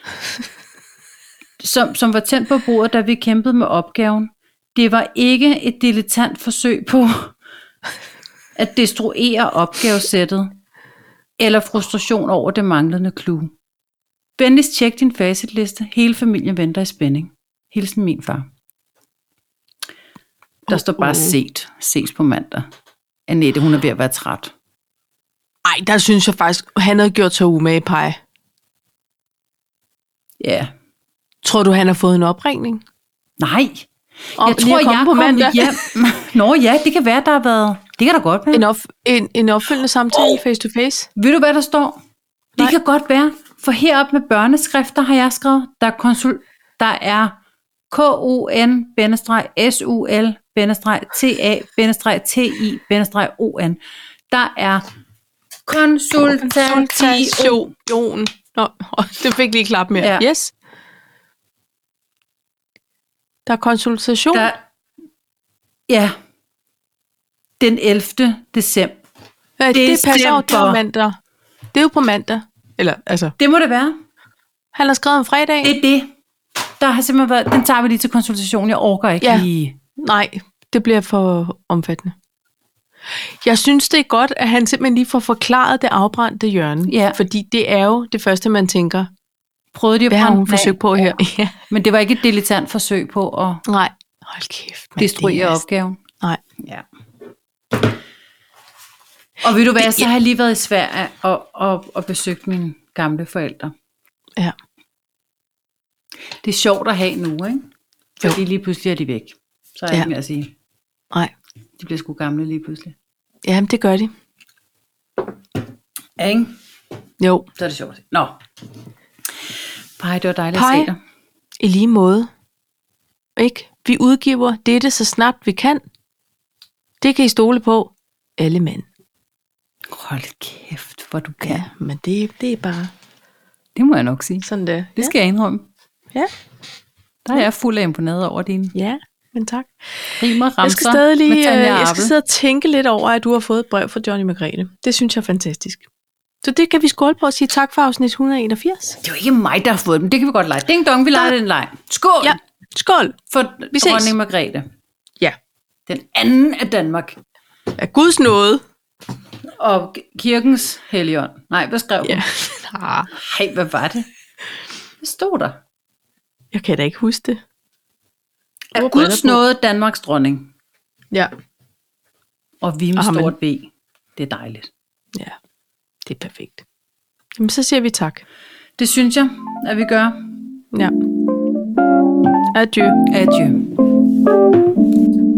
[SPEAKER 1] som var tændt på bordet, da vi kæmpede med opgaven. Det var ikke et dilettant forsøg på at destruere opgavesættet, eller frustration over det manglende clue. Venligst tjek din facitliste. Hele familien venter i spænding. Hilsen min far. Der står bare ses på mandag. Annette, hun er ved at være træt.
[SPEAKER 2] Ej, der synes jeg faktisk, han havde gjort sig umage, Paj.
[SPEAKER 1] Ja.
[SPEAKER 2] Tror du, han har fået en opringning?
[SPEAKER 1] Nej. Jeg tror, jeg
[SPEAKER 2] på mandag.
[SPEAKER 1] Hjem. Nå ja, det kan være, der har været... Det kan da godt være.
[SPEAKER 2] En opfølgende samtale face to face.
[SPEAKER 1] Ved du, hvad der står? Det kan godt være. For heroppe med børneskrifter har jeg skrevet, der er KON-SUL-TA-TI-ON. Der er konsultation.
[SPEAKER 2] Nå, det fik lige klap mere. Ja. Yes. Der er konsultation.
[SPEAKER 1] Ja. Den 11. december.
[SPEAKER 2] Ja, det passer på mandag. Det er jo på mandag. Eller, altså.
[SPEAKER 1] Det må det være.
[SPEAKER 2] Han har skrevet om fredag.
[SPEAKER 1] Det er det. Der har simpelthen været, den tager vi lige til konsultation. Jeg orker ikke lige.
[SPEAKER 2] Nej, det bliver for omfattende. Jeg synes, det er godt, at han simpelthen lige får forklaret det afbrændte hjørne. Ja. Fordi det er jo det første, man tænker.
[SPEAKER 1] Prøvede de at
[SPEAKER 2] hvad har hun forsøgt på her? Ja.
[SPEAKER 1] Men det var ikke et dilettant forsøg på at
[SPEAKER 2] nej. Hold kæft,
[SPEAKER 1] destruere opgaven.
[SPEAKER 2] Nej.
[SPEAKER 1] Ja. Og ved du hvad, så har jeg lige været i Sverige og besøgt mine gamle forældre.
[SPEAKER 2] Ja.
[SPEAKER 1] Det er sjovt at have nu, ikke? Fordi lige pludselig er de væk. Så er jeg ikke mere at sige.
[SPEAKER 2] Nej.
[SPEAKER 1] De bliver sgu gamle lige pludselig.
[SPEAKER 2] Jamen, det gør de.
[SPEAKER 1] Ja, ikke?
[SPEAKER 2] Jo.
[SPEAKER 1] Så er det sjovt. Nå. Pej, det var dejligt at se dig.
[SPEAKER 2] I lige måde. Ikke? Vi udgiver dette så snart vi kan. Det kan I stole på. Alle mænd.
[SPEAKER 1] Hold kæft, hvor du kan.
[SPEAKER 2] Ja, men det er bare...
[SPEAKER 1] Det må jeg nok sige.
[SPEAKER 2] Sådan der.
[SPEAKER 1] Det skal jeg indrømme.
[SPEAKER 2] Ja.
[SPEAKER 1] Der er jeg fuld af imponeret over dine
[SPEAKER 2] Ja, men tak.
[SPEAKER 1] rimer, ramser
[SPEAKER 2] Jeg skal stadig
[SPEAKER 1] med
[SPEAKER 2] lige,
[SPEAKER 1] Tanja
[SPEAKER 2] jeg skal
[SPEAKER 1] Appel.
[SPEAKER 2] sidde og tænke lidt over, at du har fået et brev fra Johnny Margrethe. Det synes jeg er fantastisk. Så det kan vi skåle på og sige tak for afsnit 181.
[SPEAKER 1] Det er jo ikke mig, der har fået dem. Det kan vi godt lege. Ding dong, vi leger den leg. Skål
[SPEAKER 2] Ja, skål.
[SPEAKER 1] for
[SPEAKER 2] Vi ses.
[SPEAKER 1] dronning Margrethe.
[SPEAKER 2] Ja.
[SPEAKER 1] Den anden af Danmark.
[SPEAKER 2] Af Guds nåde.
[SPEAKER 1] Og kirkens helligånd. Nej, hvad skrev
[SPEAKER 2] Ja.
[SPEAKER 1] hun? Hej, hvad var det? Hvad stod der?
[SPEAKER 2] Jeg kan da ikke huske det.
[SPEAKER 1] Af Guds nåde, Danmarks dronning.
[SPEAKER 2] Ja.
[SPEAKER 1] Og vi med
[SPEAKER 2] Amen.
[SPEAKER 1] stort V. Det er dejligt.
[SPEAKER 2] Ja, det er perfekt. Jamen, så siger vi tak.
[SPEAKER 1] Det synes jeg, at vi gør.
[SPEAKER 2] Ja. Adieu.
[SPEAKER 1] Adieu.